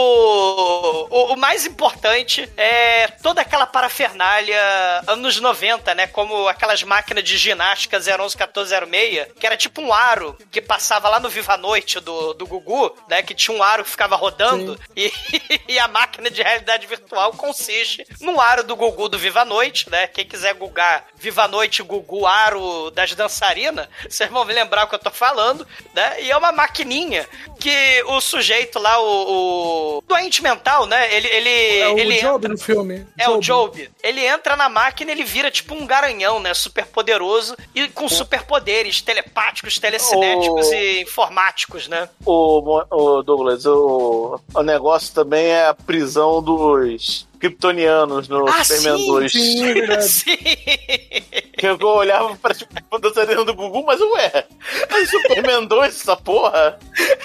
o mais importante é toda aquela parafernália anos 90, né? Como aquelas máquinas de ginástica 011-1406, que era tipo um aro que passava lá no Viva a Noite do Gugu, né? Que tinha um aro que ficava rodando e a máquina de realidade virtual consiste num aro do Gugu do Viva a Noite, né? Quem quiser googar Viva a Noite Gugu aro das dançarinas, vocês vão lembrar o que eu tô falando, né? E é uma maquininha que o sujeito lá, o doente mental, né? Ele Job no filme. O Job. Ele entra na máquina, ele vira tipo um garanhão, né? Super poderoso e com superpoderes telepáticos, telecinéticos e informáticos, né? O Douglas, o negócio também é a prisão dos kryptonianos no Superman 2. Sim. Que eu olhava pra tipo, dançarina do Gugu, mas ué, é Superman 2 essa porra?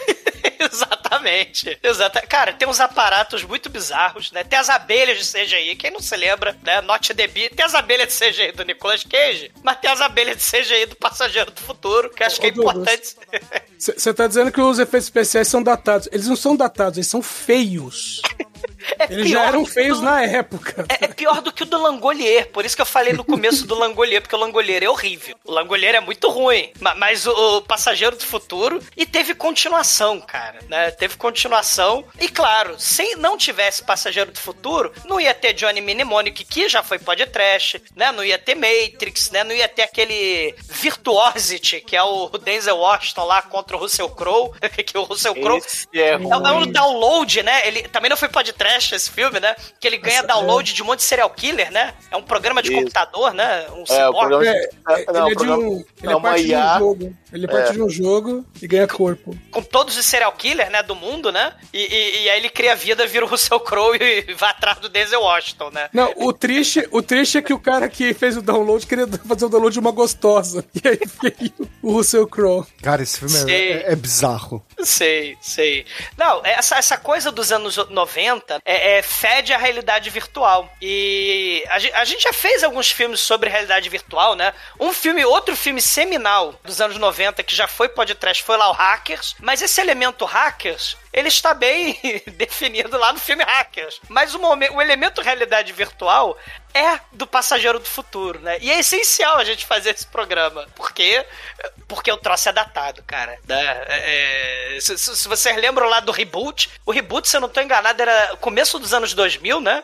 Exatamente. Cara, tem uns aparatos muito bizarros, né? Tem as abelhas de CGI, quem não se lembra, né? Not the Bee. Tem as abelhas de CGI do Nicolas Cage, mas tem as abelhas de CGI do Passageiro do Futuro, que acho que é importante. Você tá dizendo que os efeitos especiais são datados. Eles não são datados, eles são feios. Eles já eram feios na época. É pior do que o do Langolier. Por isso que eu falei no começo do Langolier, porque o Langolier é horrível. O Langolier é muito ruim. Mas o Passageiro do Futuro... E teve continuação, cara, né? Teve continuação. E claro, se não tivesse Passageiro do Futuro, não ia ter Johnny Mnemonic, que já foi podcast, né? Não ia ter Matrix, né? Não ia ter aquele Virtuosity, que é o Denzel Washington lá contra o Russell Crowe. Que o Russell Crowe... É um download, né? Ele também não foi podcast esse filme, né? Que ele ganha download de um monte de serial killer, né? É um programa de computador, né? Um cyborg. Ele é parte de um jogo. Ele parte de um jogo e ganha corpo. Com todos os serial killers, né? Do mundo, né? E aí ele cria vida, vira o Russell Crowe e vai atrás do Denzel Washington, né? Não, o triste é que o cara que fez o download queria fazer o download de uma gostosa. E aí veio o Russell Crowe. Cara, esse filme é bizarro. Sei. Não, essa coisa dos anos 90 fede a realidade virtual. E a gente já fez alguns filmes sobre realidade virtual, né? Outro filme seminal dos anos 90 que já foi podcast foi lá o Hackers, mas esse elemento Hackers, ele está bem definido lá no filme Hackers. Mas o elemento realidade virtual é do Passageiro do Futuro, né? E é essencial a gente fazer esse programa, porque porque o troço é datado, cara. Se vocês lembram lá do reboot, o reboot, se eu não tô enganado, era começo dos anos 2000, né?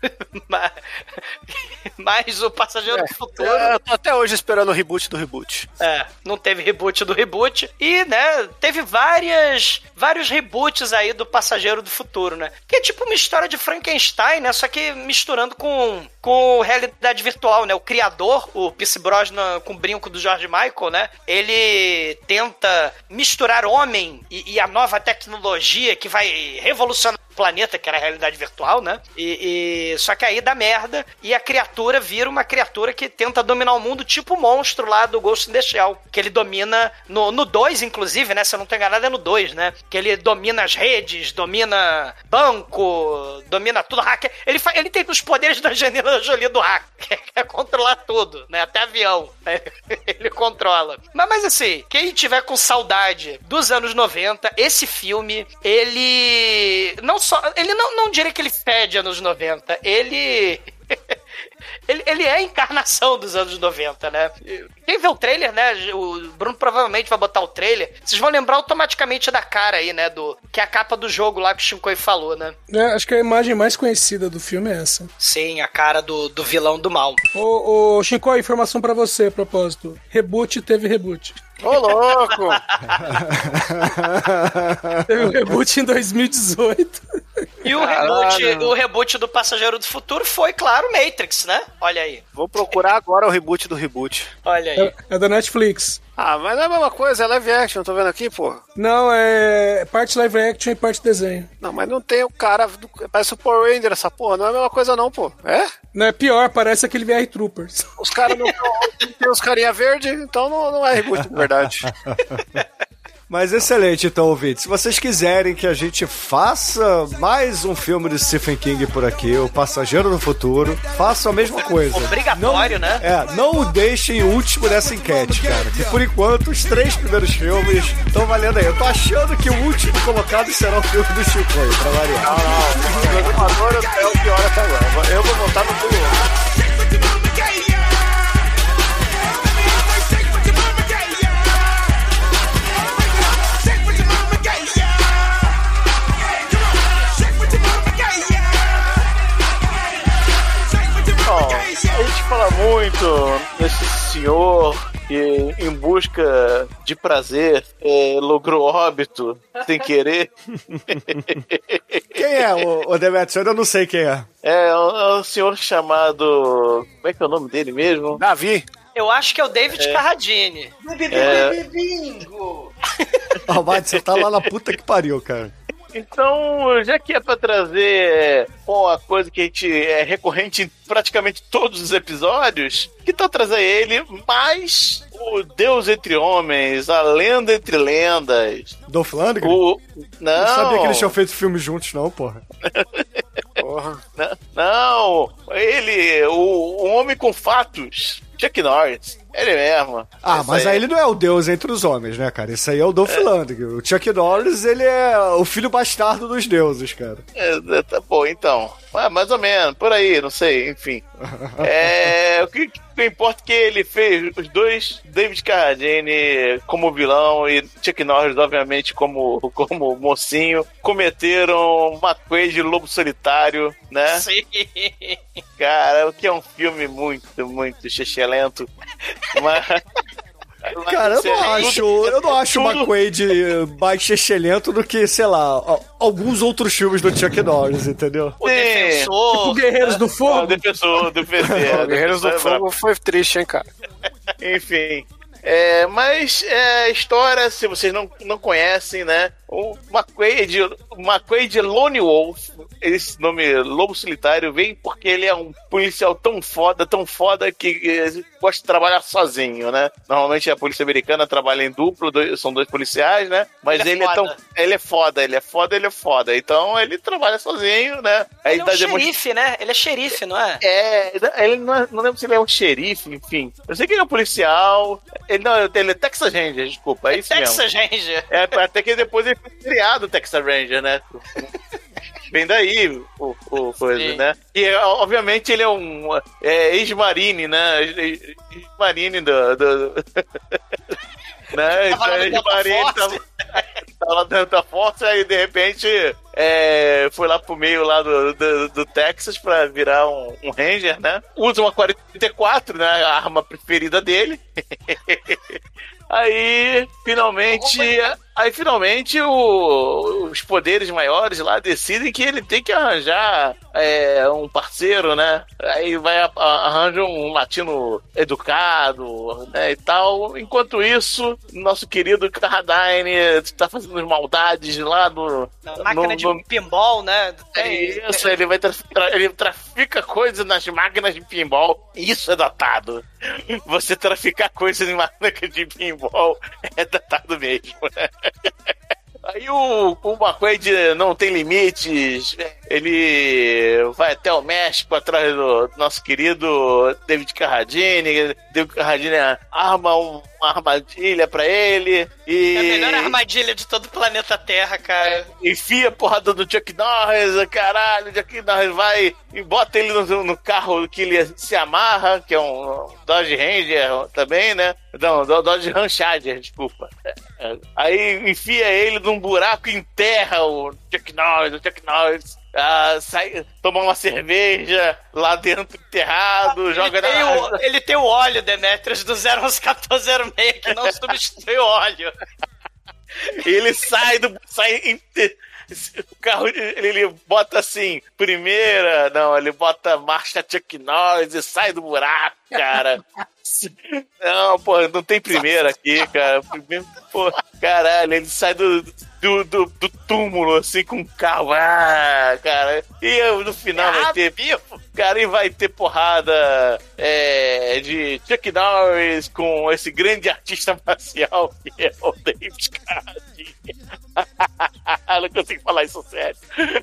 Mas o Passageiro do Futuro... Eu tô até hoje esperando o reboot do reboot. Não teve reboot do reboot. E, né, teve vários reboots aí do Passageiro do Futuro, né? Que é tipo uma história de Frankenstein, né? Só que misturando com realidade virtual, né? O criador, o Pierce Brosnan com o brinco do George Michael, né? Ele tenta misturar homem e a nova tecnologia que vai revolucionar o planeta, que era a realidade virtual, né? Só que aí dá merda e a criatura vira uma criatura que tenta dominar o mundo, tipo o monstro lá do Ghost in the Shell, que ele domina no 2, inclusive, né? Se eu não tô enganado, é no 2, né? Que ele domina as redes, domina banco, domina tudo, hacker. Ele tem os poderes da Angelina Jolie do hacker, que é controlar tudo, né? Até avião, né? Ele controla. Mas assim, quem tiver com saudade dos anos 90, esse filme, ele não diria que ele fede anos 90, ele é a encarnação dos anos 90, né? Quem vê o trailer, né? O Bruno provavelmente vai botar o trailer. Vocês vão lembrar automaticamente da cara aí, né? Que é a capa do jogo lá que o Shinkoi falou, né? Acho que a imagem mais conhecida do filme é essa. Sim, a cara do vilão do mal. Ô, Shinkoi, informação pra você, a propósito. Reboot teve reboot. Ô, louco! Teve um reboot em 2018. E o reboot do Passageiro do Futuro foi, claro, Matrix, né? Olha aí. Vou procurar agora o reboot do reboot. Olha aí. É da Netflix. Ah, mas não é a mesma coisa, é live action, tô vendo aqui, pô. Não, é parte live action e parte desenho. Não, mas não tem o cara, parece o Power Ranger essa porra, não é a mesma coisa não, pô. É? Não, é pior, parece aquele VR Troopers. Os caras não tem os carinha verde, então não é reboot de verdade. Mas excelente, então, ouvintes. Se vocês quiserem que a gente faça mais um filme de Stephen King por aqui, O Passageiro do Futuro, façam a mesma coisa. Obrigatório, né? Não o deixem último nessa enquete, cara. Que por enquanto, os 3 primeiros filmes estão valendo aí. Eu tô achando que o último colocado será o filme do Shinkoi, pra variar. Não. O Exumador é o pior até agora. Eu vou voltar no pulo. A gente fala muito nesse senhor que, em busca de prazer, logrou óbito sem querer. Quem é o Demetrius? Eu ainda não sei quem é. É um senhor chamado... Como é que é o nome dele mesmo? Davi. Eu acho que é o David Carradine. Bingo! Almighty, você tá lá na puta que pariu, cara. Então, já que é pra trazer uma coisa que a gente é recorrente em praticamente todos os episódios, que tal trazer ele, mais o Deus entre Homens, a Lenda entre Lendas. Dolph Lundgren? Não. Não sabia que eles tinham feito filmes juntos, não, porra. Porra. Não, ele, o Homem com Fatos, Chuck Norris. Ele mesmo. Ah, mas aí ele não é o Deus entre os homens, né, cara? Esse aí é o Dolph Lundgren. O Chuck Norris, ele é o filho bastardo dos deuses, cara. Tá bom, então. Mais ou menos, por aí, não sei, enfim. O que importa é que ele fez os dois, David Carradine como vilão e Chuck Norris, obviamente, como mocinho, cometeram uma coisa de Lobo Solitário, né? Sim. Cara, o que é um filme muito, muito xixelento. Mas... Cara, eu não acho o McQuaid mais excelente do que, sei lá, alguns outros filmes do Chuck Norris, entendeu? O Defensor. Tipo Guerreiros do Fogo. O Defensor. Guerreiros do Fogo foi triste, hein, cara? Enfim. Mas a história, se vocês não conhecem, né? O McQuaid Lone Wolf, esse nome Lobo Solitário, vem porque ele é um policial tão foda que gosta de trabalhar sozinho, né? Normalmente a polícia americana trabalha em duplo, são 2 policiais, né? Mas ele é foda. Então ele trabalha sozinho, né? Ele é um xerife, né? Ele é xerife, não é? Ele não lembro se ele é um xerife, enfim. Eu sei que ele é um policial. Ele é Texas Ranger, desculpa. É isso mesmo. Texas Ranger. Até que depois ele foi criado Texas Ranger, né? Vem daí o coisa, sim, né? E obviamente ele é um ex-marine, né? Ex-marine do Né? Então, ele tava lá dentro da força, aí de repente foi lá pro meio lá do Texas pra virar um Ranger, né? Usa uma 44, né? A arma preferida dele. Aí, finalmente, os poderes maiores lá decidem que ele tem que arranjar um parceiro, né? Aí arranja um latino educado, né, e tal. Enquanto isso, nosso querido Carradine está fazendo maldades lá na máquina de pinball, né? Isso, ele trafica coisas nas máquinas de pinball. Isso é datado. Você traficar coisas em máquina de pinball é datado mesmo. Aí o McQuaid não tem limites, ele vai até o México atrás do nosso querido David Carradine. David Carradine arma uma armadilha pra ele e... É a melhor armadilha de todo o planeta Terra, cara. Enfia a porrada do Chuck Norris, caralho, o Chuck Norris vai e bota ele no carro que ele se amarra, que é um Dodge Ranger também, né? Não, Dodge Ram Charger, desculpa. Aí enfia ele num buraco e enterra o Chuck Norris. Sai, toma uma cerveja lá dentro enterrado, joga na... Ele tem o óleo, Demetrius, do 01406, que não substitui o óleo. Ele o carro, ele bota assim, ele bota marcha Chuck Norris e sai do buraco, cara. Não, pô, não tem primeira aqui, cara. Pô, caralho, ele sai do túmulo, assim, com o carro. Cara. E no final vai ter... Cara, e vai ter porrada de Chuck Norris com esse grande artista marcial que é o David Carradine. Não consigo falar isso sério.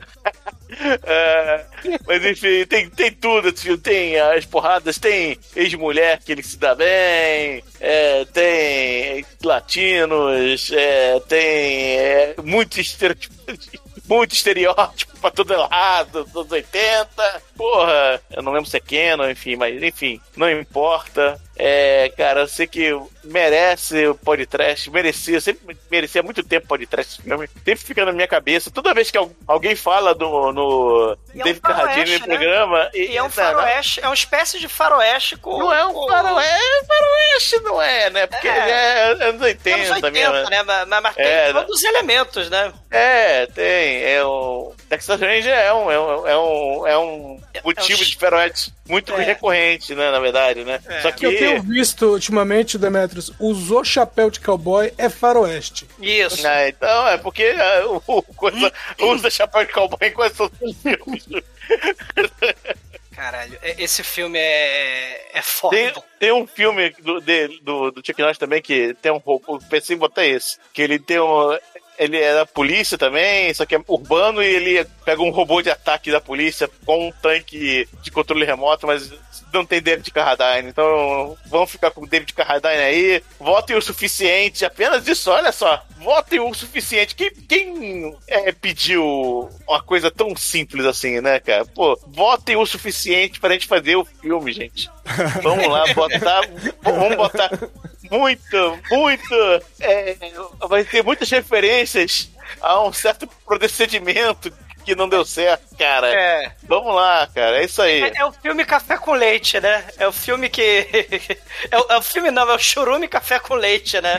Mas enfim, tem tudo, tem as porradas, tem ex-mulher que ele se dá bem, tem latinos, tem muito estereótipo pra todo lado, dos 80. Porra, eu não lembro se é Canon, enfim, não importa. Cara, eu sei que merece o podcast, sempre merecia há muito tempo o podcast esse filme, sempre fica na minha cabeça, toda vez que alguém fala no David Carradine no programa... E é um faroeste, é uma espécie de faroeste com... Não é um faroeste, não é, né? Porque ele é anos 80 mesmo. Né? Mas tem todos os elementos, né? Tem. O Texas Ranger é um motivo de faroeste muito recorrente, né, na verdade, né? Só que eu tenho visto ultimamente, Demetrius, usou chapéu de cowboy é faroeste. Isso. Então, é porque usa chapéu de cowboy em quase todos os filmes. Caralho, esse filme é foda. Tem um filme do Chuck Norris também que tem um robô, pensei em botar esse, que ele tem ele é da polícia também, só que é urbano, e ele pega um robô de ataque da polícia com um tanque de controle remoto, mas não tem David Carradine. Então vamos ficar com o David Carradine aí. Votem o suficiente, apenas isso, olha só. Votem o suficiente. Quem pediu uma coisa tão simples assim, né, cara? Pô, votem o suficiente pra gente fazer o filme, gente. Vamos lá, vamos botar muito. Vai ter muitas referências a um certo procedimento que não deu certo, cara. Vamos lá, cara, é isso aí. É o filme Café com Leite, né? É o filme que... é o filme não, é o Churume Café com Leite, né?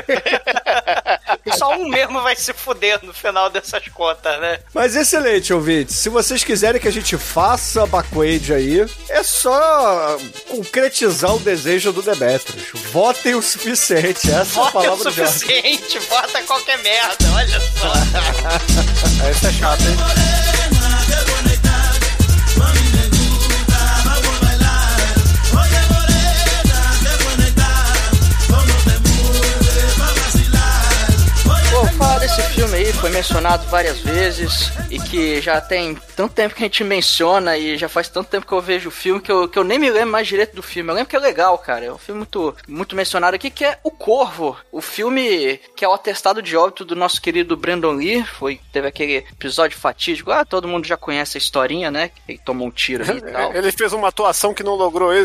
Só um mesmo vai se fuder no final dessas contas, né? Mas excelente, ouvintes. Se vocês quiserem que a gente faça McQuaid aí, é só concretizar o desejo do Demetrius. Votem o suficiente, essa é a palavra do suficiente, vota qualquer merda, olha só. Essa é chata, hein? Falar desse filme aí foi mencionado várias vezes e que já tem tanto tempo que a gente menciona e já faz tanto tempo que eu vejo o filme que eu nem me lembro mais direito do filme. Eu lembro que é legal, cara. É um filme muito mencionado aqui, que é O Corvo. O filme que é o atestado de óbito do nosso querido Brandon Lee. Teve aquele episódio fatídico. Todo mundo já conhece a historinha, né? Que ele tomou um tiro ali e tal. Ele fez uma atuação que não logrou êxito.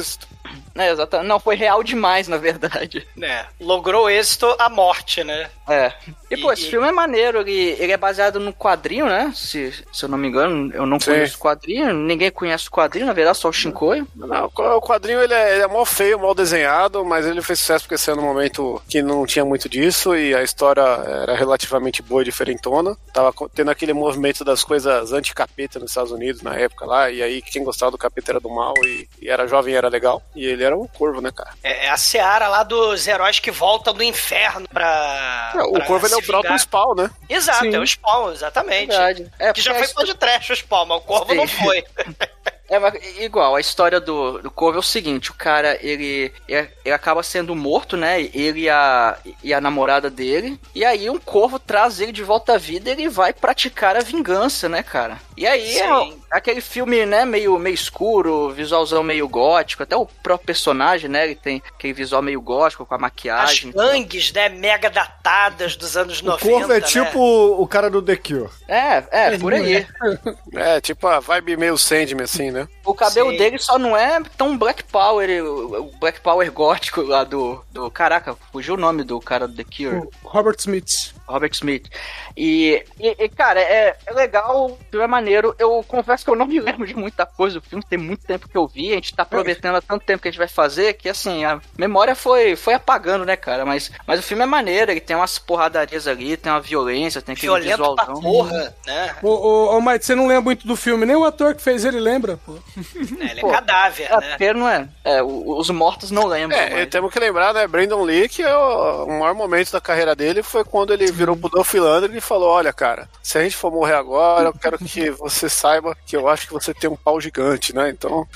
É, exatamente. Não, foi real demais, na verdade. Logrou êxito a morte, né? Esse filme é maneiro, ele é baseado no quadrinho, né? Se eu não me engano, eu não conheço o quadrinho, ninguém conhece o quadrinho, na verdade, só o Shinkoio. Não, o quadrinho ele é mal feio, mal desenhado, mas ele fez sucesso porque saiu num momento que não tinha muito disso e a história era relativamente boa e diferentona. Tava tendo aquele movimento das coisas anti-capeta nos Estados Unidos na época lá, e aí quem gostava do capeta era do mal e era jovem e era legal. E ele era um corvo, né, cara? É a seara lá dos heróis que voltam do inferno pra... O corvo ele é o próprio Spawn, né? Exato, é o Spawn, exatamente. Verdade. Que já foi podcast o Spawn, mas o corvo não foi. Mas igual, a história do Corvo é o seguinte, o cara, ele acaba sendo morto, né, ele e a namorada dele, e aí um corvo traz ele de volta à vida e ele vai praticar a vingança, né, cara? E aí aquele filme, né, meio escuro, visualzão meio gótico, até o próprio personagem, né, ele tem aquele visual meio gótico com a maquiagem. As gangues, né, mega datadas dos anos 90, O corvo é tipo o cara do The Cure. Por aí. É, tipo a vibe meio Sandman, assim, né? O cabelo dele só não é tão Black Power, o Black Power gótico lá do... Caraca, fugiu o nome do cara do The Cure. Robert Smith. E cara, é legal, o filme é maneiro. Eu confesso que eu não me lembro de muita coisa do filme, tem muito tempo que eu vi, a gente tá aproveitando há tanto tempo que a gente vai fazer, que assim, a memória foi apagando, né, cara? Mas o filme é maneiro, ele tem umas porradarias ali, tem uma violência, tem aquele visualzão. Pra porra, né? Ô, Mike, você não lembra muito do filme, nem o ator que fez ele lembra, pô. Ele é cadáver, né? Não é. Os mortos não lembram. E temos que lembrar, né, Brandon Lee, que o maior momento da carreira dele foi quando ele virou pro Dolph Lundgren e falou, olha, cara, se a gente for morrer agora, eu quero que você saiba que eu acho que você tem um pau gigante, né? Então...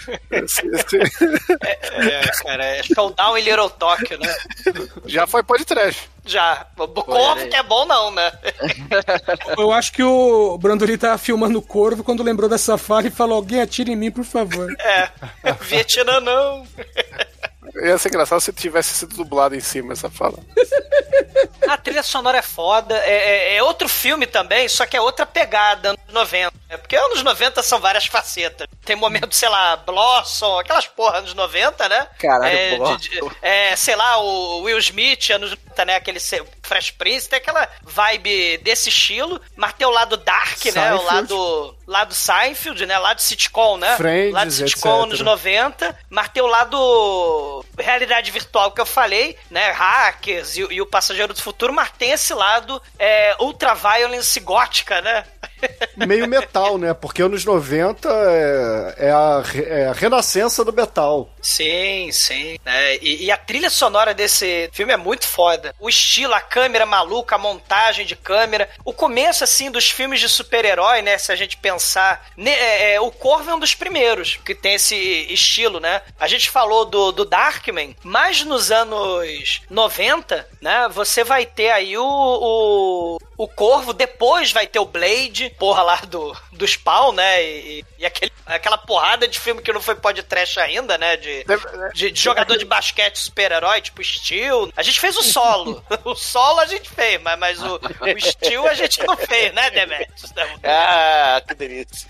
cara, é Showdown em Little Tokyo, né? Já foi podcast. Já. O corvo que é bom não, né? Eu acho que o Brandon tava filmando o corvo quando lembrou dessa fala e falou, alguém atire em mim, por favor. Vietnã não. Ia ser engraçado se tivesse sido dublado em cima essa fala. A trilha sonora é foda. É outro filme também, só que é outra pegada, anos 90. Porque anos 90 são várias facetas. Tem momento, sei lá, Blossom, aquelas porra anos 90, né? Caralho, sei lá, o Will Smith, anos 90, né? Aquele Fresh Prince, tem aquela vibe desse estilo, mas tem o lado dark, Seinfeld, né? O lado Seinfeld, né? Lado sitcom, né? Friends, lado sitcom anos 90, mas tem o lado realidade virtual que eu falei, né? Hackers e o Passageiro do Futuro, mas tem esse lado ultraviolence gótica, né? Meio metal, né? Porque anos 90 é a renascença do metal. Sim. E a trilha sonora desse filme é muito foda. O estilo, a câmera maluca, a montagem de câmera. O começo, assim, dos filmes de super-herói, né? Se a gente pensar... o Corvo é um dos primeiros que tem esse estilo, né? A gente falou do Darkman, mas nos anos 90, né? Você vai ter aí o Corvo, depois vai ter o Blade, porra lá do Spawn, né? E aquela porrada de filme que não foi podcast ainda, né? De jogador de basquete super-herói, tipo Steel. A gente fez o Solo. O Solo a gente fez, mas o Steel a gente não fez, né, Demetrius? Que delícia.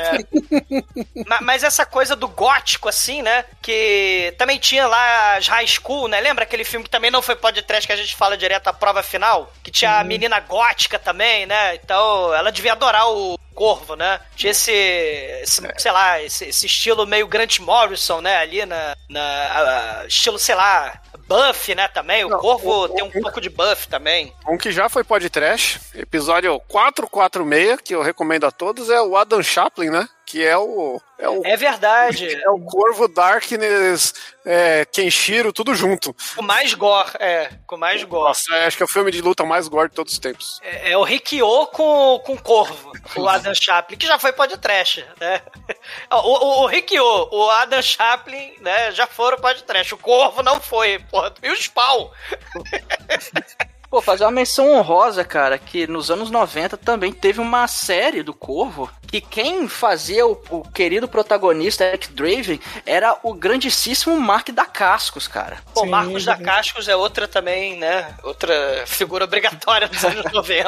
Mas essa coisa do gótico, assim, né? Que também tinha lá as High School, né? Lembra aquele filme que também não foi podcast que a gente fala direto à prova final? Que tinha a menina gótica também, né? Então, ela devia adorar o Corvo, né? Tinha sei lá, esse estilo meio Grant Morrison, né? Ali estilo, sei lá, Buff, né? Também. O Corvo tem um pouco de Buff também. Um que já foi podcast, episódio 446, que eu recomendo a todos, é o Adam Chaplin, né? Que é verdade. É o Corvo, Darkness, Kenshiro, tudo junto. Com mais gore, com mais gore. Nossa, acho que é o filme de luta mais gore de todos os tempos. É o Rikyo com Corvo, o Adam Chaplin, que já foi podcast, né? O Rikyo, o Adam Chaplin, né, já foram podcast. O Corvo não foi, porra. E o Spawn. Pô, fazer uma menção honrosa, cara, que nos anos 90 também teve uma série do Corvo, que quem fazia o querido protagonista, Eric Draven, era o grandíssimo Mark Dacascos, cara. Pô, Marcos Dacascos é outra também, né? Outra figura obrigatória dos anos 90.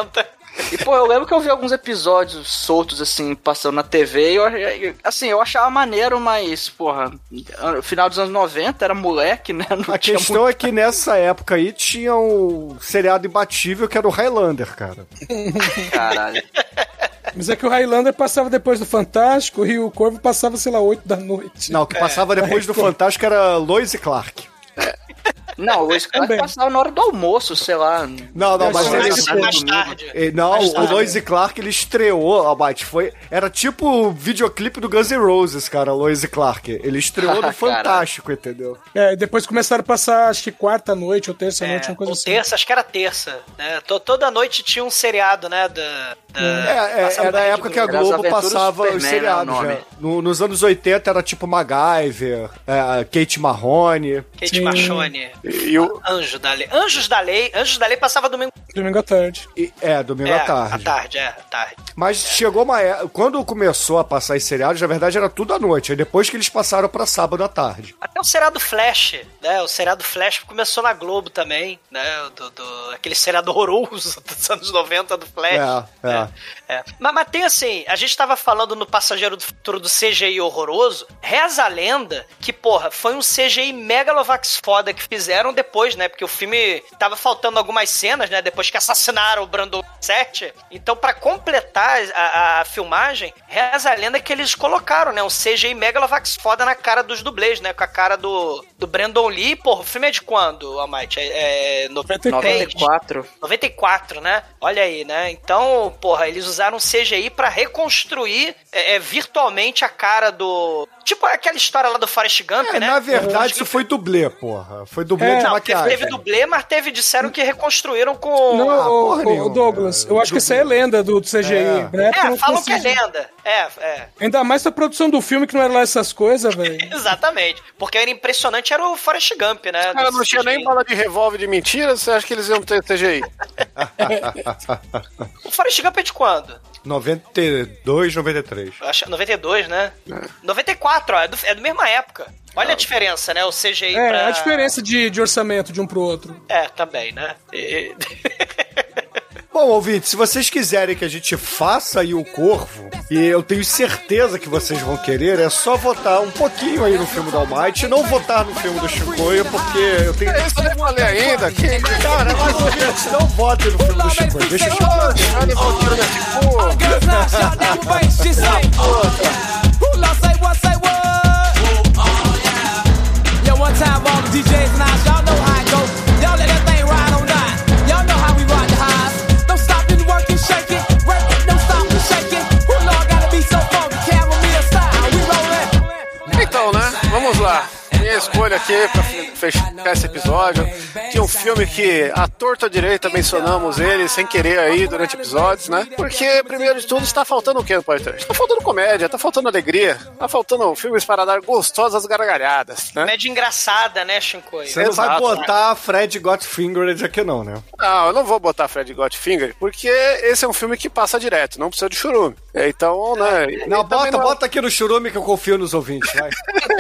E, pô, eu lembro que eu vi alguns episódios soltos, assim, passando na TV, e eu achava maneiro, mas, porra, no final dos anos 90, era moleque, né? A questão é que nessa época aí tinha um seriado imbatível que era o Highlander, cara. Caralho. Mas é que o Highlander passava depois do Fantástico e o Corvo passava, sei lá, 8 da noite. Não, o que passava depois do Fantástico era Lois e Clark. Não, o Clark passava na hora do almoço, sei lá. Não, mas ele... mais tarde. Não, o Lois e Clark, ele estreou, Almighty, era tipo o videoclipe do Guns N' Roses, cara, Lois e Clark. Ele estreou no Fantástico, entendeu? Depois começaram a passar, acho que quarta noite ou terça noite, uma coisa assim. Terça, acho que era terça, né? Toda noite tinha um seriado, né? Era a época que a Globo passava os seriados, né? Nos anos 80 era tipo MacGyver, Kate Marrone. Kate Machone. E o Anjos da Lei passava domingo à tarde. Domingo à tarde. À tarde. Mas chegou uma época, quando começou a passar os seriados, na verdade era tudo à noite. Aí depois que eles passaram pra sábado à tarde. Até o seriado Flash, né? O seriado Flash começou na Globo também, né? Aquele seriado horroroso dos anos 90 do Flash. Mas tem assim, a gente tava falando no Passageiro do Futuro do CGI horroroso. Reza a lenda que, porra, foi um CGI megalovax foda que fizeram depois, né? Porque o filme tava faltando algumas cenas, né? Depois que assassinaram o Brandon Sete. Então, pra completar a filmagem, reza a lenda que eles colocaram, né? Um CGI megalovax foda na cara dos dublês, né? Com a cara do Brandon Lee. Porra, o filme é de quando, Almighty? 94. 94, né? Olha aí, né? Então, porra, eles usaram CGI pra reconstruir virtualmente a cara do... Tipo aquela história lá do Forrest Gump, né? Na verdade, isso foi dublê, porra. Foi dublê de maquiagem. Teve dublê, mas disseram que reconstruíram com... Não, Douglas, eu acho que isso aí é lenda do CGI. Né? Falam que é lenda. Ainda mais a produção do filme, que não era lá essas coisas, velho. Exatamente. Porque era impressionante, era o Forrest Gump, né? Os caras não tinha nem bala de revólver de mentira, você acha que eles iam ter CGI? O Forrest Gump é de quando? 92, 93. Acho 92, né? 94, ó, é do mesma época. Olha a diferença, né? O CGI pra... a diferença de orçamento de um pro outro. Também, né? Bom, ouvinte, se vocês quiserem que a gente faça aí o Corvo, e eu tenho certeza que vocês vão querer, é só votar um pouquinho aí no filme do Almighty e não votar no filme do Chicoio, porque eu tenho... Isso eu não falei ainda. Cara, mas ouvintes, não votem no filme do Chicoio. Deixa eu One time all the DJs and I, y'all know how it goes. Y'all let that thing ride on down. Y'all know how we rock the highs. Don't stop and work and shake it. Work it, don't stop and shake it. Who Lord gotta be so funky? Caramel style, we rollin'. Então, né? Vamos lá. Minha escolha aqui pra fechar esse episódio. Tinha um filme que, à torta direita, mencionamos ele sem querer aí durante episódios, né? Porque, primeiro de tudo, está faltando o quê no podcast? Tá faltando comédia, tá faltando alegria, tá faltando filmes para dar gostosas gargalhadas, né? Comédia engraçada, né, Shinkoi? Você não vai botar Fred Got Fingered aqui não, né? Não, eu não vou botar Fred Got Fingered, porque esse é um filme que passa direto, não precisa de churume. Então, né? Não, bota aqui no churume que eu confio nos ouvintes, vai.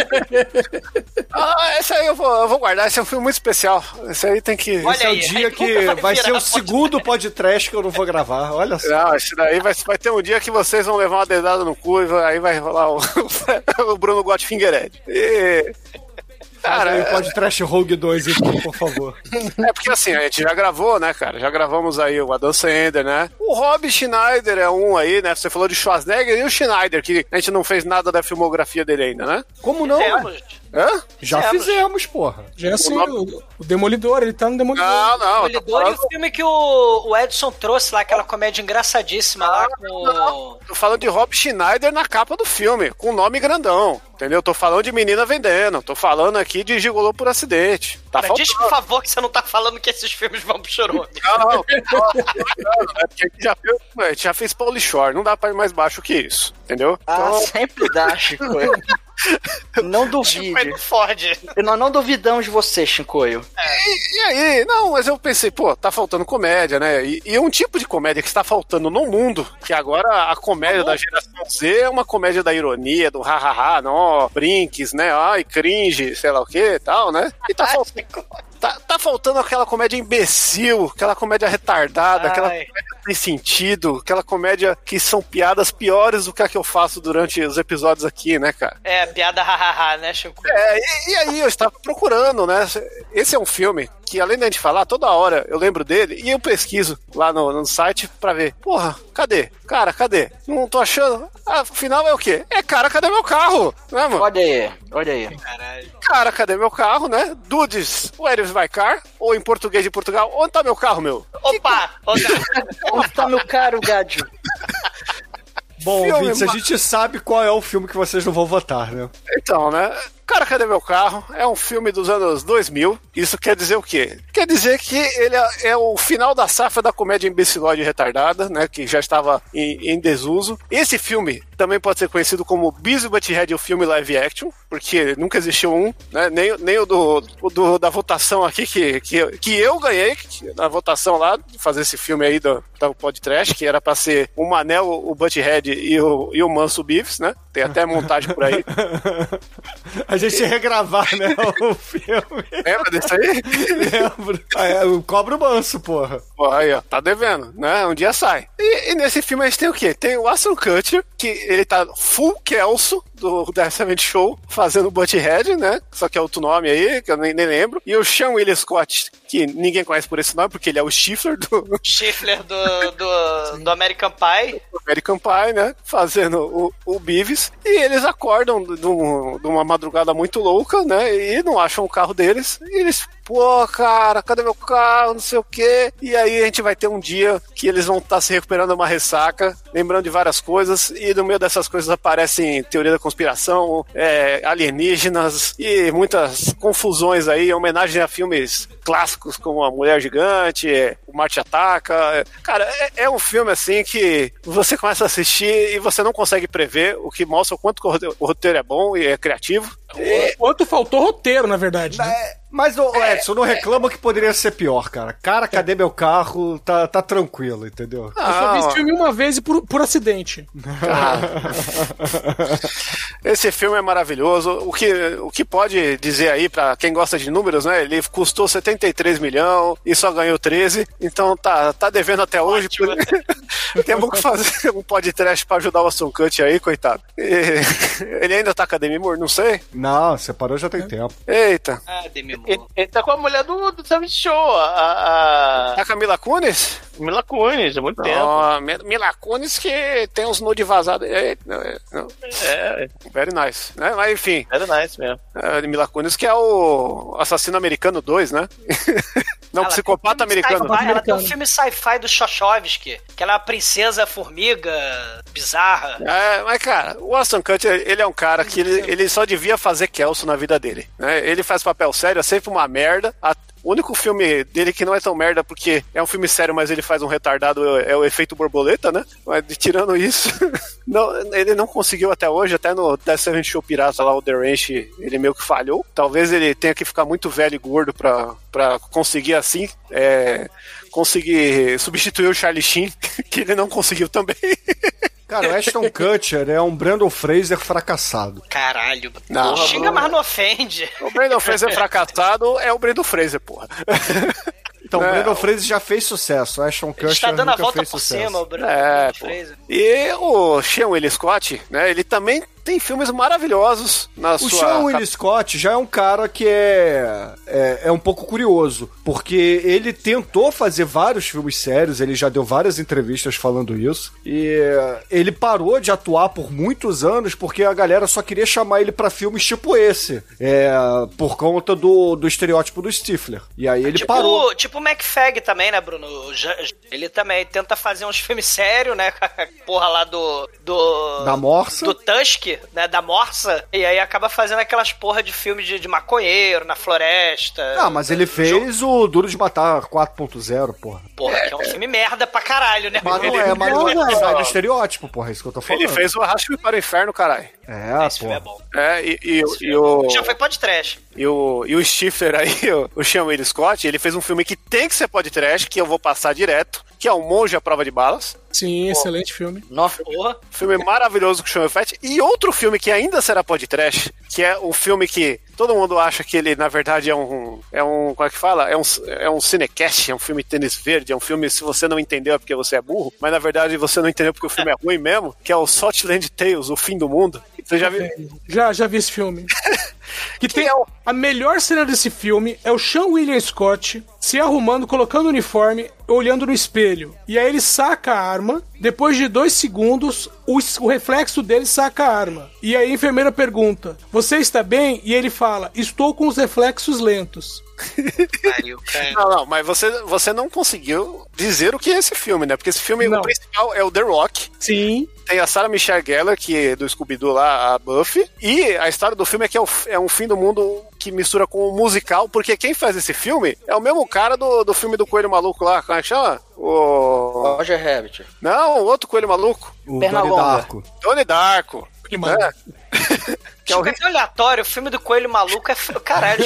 Esse aí eu vou guardar, esse é um filme muito especial. Esse aí tem que... Esse é o dia que vai ser o segundo podcast que eu não vou gravar, olha só. Não, esse daí vai ter um dia que vocês vão levar uma dedada no cu e aí vai rolar o Bruno Got Fingered. Cara, aí pode Trash Rogue 2 aqui, por favor. É porque assim, a gente já gravou, né, cara? Já gravamos aí o Adam Sandler, né? O Rob Schneider é um aí, né? Você falou de Schwarzenegger e o Schneider, que a gente não fez nada da filmografia dele ainda, né? Como não? Hã? Já fizemos, porra. Já é assim, o Demolidor, ele tá no Demolidor. Não. Demolidor e o filme que o Edson trouxe lá, aquela comédia engraçadíssima lá com... Não. Tô falando de Rob Schneider na capa do filme, com nome grandão, entendeu? Tô falando de Menina Vendendo, tô falando aqui de Gigolô por Acidente. Tá Cara, diz, por favor, que você não tá falando que esses filmes vão pro chorume. Não. É porque a gente já fez Pauly Shore, não dá pra ir mais baixo que isso, entendeu? Então... sempre dá, Chico. Não duvide. Ford. Nós não duvidamos de você, Chicoio. E aí? Não, mas eu pensei, pô, tá faltando comédia, né? E um tipo de comédia que está faltando no mundo, que agora a comédia da geração Z é uma comédia da ironia, do ha-ha-ha, não, brinques, né? Ai, cringe, sei lá o que e tal, né? E tá faltando... Tá faltando aquela comédia imbecil, aquela comédia retardada, aquela comédia sem sentido, aquela comédia que são piadas piores do que a que eu faço durante os episódios aqui, né, cara? Piada hahaha, né, Chico? E aí eu estava procurando, né? Esse é um filme que, além de a gente falar, toda hora eu lembro dele e eu pesquiso lá no site pra ver. Porra, cadê? Cara, cadê? Não tô achando. Afinal é o quê? Cara, cadê meu carro? Né, mano? Olha aí. Caralho. Cara, cadê meu carro, né? Dudes, where is my car? Ou em português de Portugal, onde tá meu carro, meu? Opa! Onde tá meu caro, Gádio? Bom, ouvintes, a gente sabe qual é o filme que vocês não vão votar, né? Então, né? Cara, cadê meu carro? É um filme dos anos 2000. Isso quer dizer o quê? Quer dizer que ele é o final da safra da comédia imbecilóide retardada, né? Que já estava em desuso. Esse filme também pode ser conhecido como Beavis e Butthead, o filme live action, porque nunca existiu um, né? Nem o da votação aqui que eu ganhei na votação lá de fazer esse filme aí do podcast, que era pra ser o Manel, o Butthead e o Manso Beavis, né? Tem até montagem por aí. A gente ia regravar, né, o filme. Lembra desse aí? Lembro. Eu cobro manso, porra. Porra, aí, ó, tá devendo, né? Um dia sai. E nesse filme a gente tem o quê? Tem o Ashton Kutcher, que ele tá full Kelso do The 70 Show, fazendo o Butthead, né? Só que é outro nome aí, que eu nem lembro. E o Sean William Scott, que ninguém conhece por esse nome, porque ele é o Stifler do American Pie. American Pie, né? Fazendo o Beavis. E eles acordam de uma madrugada muito louca, né? E não acham o carro deles. E eles, pô, cara, cadê meu carro? Não sei o quê. E aí a gente vai ter um dia que eles vão estar se recuperando de uma ressaca, lembrando de várias coisas. E no meio dessas coisas aparecem teoria da conspiração, alienígenas e muitas confusões aí, em homenagem a filmes clássicos como A Mulher Gigante, O Marte Ataca. Cara, é um filme assim que você começa a assistir e você não consegue prever, o que mostra o quanto o roteiro é bom e é criativo. Quanto faltou roteiro, na verdade. Né? Mas, Edson, não reclama que poderia ser pior, cara. Cara, cadê meu carro? Tá tranquilo, entendeu? Eu só vi esse filme uma vez e por acidente. Esse filme é maravilhoso. O que pode dizer aí, pra quem gosta de números, né? Ele custou 73 milhões e só ganhou 13. Então tá devendo até hoje. Temos que fazer um podcast pra ajudar o Ashton Kutcher aí, coitado. Ele ainda tá com a Demi Moore, não sei. Não, separou já tem tempo. Eita. Demi Moore. Ele tá com a mulher do 70 Show, Tá com a Mila Kunis? Mila Kunis, há muito tempo. Mila Kunis que tem uns nude vazados. Very nice, né? Mas enfim. Very nice mesmo. Mila Kunis que é o Assassino Americano 2, né? Não, Psicopata Americano. Ela tem um filme sci-fi do Shoshovsky, que ela é uma princesa formiga bizarra. Mas cara, o Ashton Kutcher, ele é um cara que ele só devia fazer Kelso na vida dele, né? Ele faz papel sério, é sempre uma merda. O único filme dele que não é tão merda, porque é um filme sério, mas ele faz um retardado, é o Efeito Borboleta, né? Mas tirando isso, ele não conseguiu até hoje, até no The 70 Show Pirata lá, o The Ranch, ele meio que falhou. Talvez ele tenha que ficar muito velho e gordo pra conseguir assim, conseguir substituir o Charlie Sheen, que ele não conseguiu também. Cara, o Ashton Kutcher é um Brandon Fraser fracassado. Caralho. Não, xinga, mas não ofende. O Brandon Fraser fracassado é o Brandon Fraser, porra. Então, o Brandon Fraser já fez sucesso. O Ashton Kutcher está dando a volta fez por sucesso. cima, o Brandon Fraser. E o Sean William Scott, né, ele também tem filmes maravilhosos na sua... O Sean William Scott já é um cara que é um pouco curioso, porque ele tentou fazer vários filmes sérios, ele já deu várias entrevistas falando isso, e ele parou de atuar por muitos anos porque a galera só queria chamar ele pra filmes tipo esse, por conta do estereótipo do Stifler. E aí ele parou. Tipo o McFag também, né, Bruno? Ele também tenta fazer uns filmes sérios, né? Porra lá da Morsa. Do Tusk, né, da Morsa, e aí acaba fazendo aquelas porra de filme de maconheiro na floresta. Mas ele fez o Duro de Matar 4.0, porra. Porra, que é um filme merda pra caralho, né? Mas não é, sai do estereótipo, porra, é isso que eu tô falando. Ele fez o Arraste-me para o Inferno, caralho. Esse filme é bom. E o... Já foi podcast. E o Stifler aí, o Sean William Scott, ele fez um filme que tem que ser podcast, que eu vou passar direto, que é O Monge à Prova de Balas. Sim, excelente filme. Nossa, porra. Filme maravilhoso com o Sean Fett. E outro filme que ainda será podcast, que é o filme que todo mundo acha que ele, na verdade, é um como é que fala? É um cinecast, é um filme tênis verde, é um filme, se você não entendeu é porque você é burro, mas na verdade você não entendeu porque o filme é ruim mesmo, que é o Southland Tales, O Fim do Mundo. Você já viu? Já vi esse filme. Que tem a melhor cena desse filme é o Sean William Scott se arrumando, colocando o uniforme, olhando no espelho. E aí ele saca a arma, depois de 2 segundos, o reflexo dele saca a arma. E aí a enfermeira pergunta, você está bem? E ele fala, estou com os reflexos lentos. Não, mas você não conseguiu dizer o que é esse filme, né? Porque esse filme, o principal é o The Rock. Sim. Tem a Sarah Michelle Gellar, que é do Scooby-Doo lá, a Buffy. E a história do filme é que é um fim do mundo que mistura com um musical, porque quem faz esse filme é o mesmo cara do filme do Coelho Maluco lá, como é que chama? O Roger Rabbit. Não, o outro Coelho Maluco. O Donnie Darko. Donnie Darko. Que é aleatório, o filme do Coelho Maluco é caralho.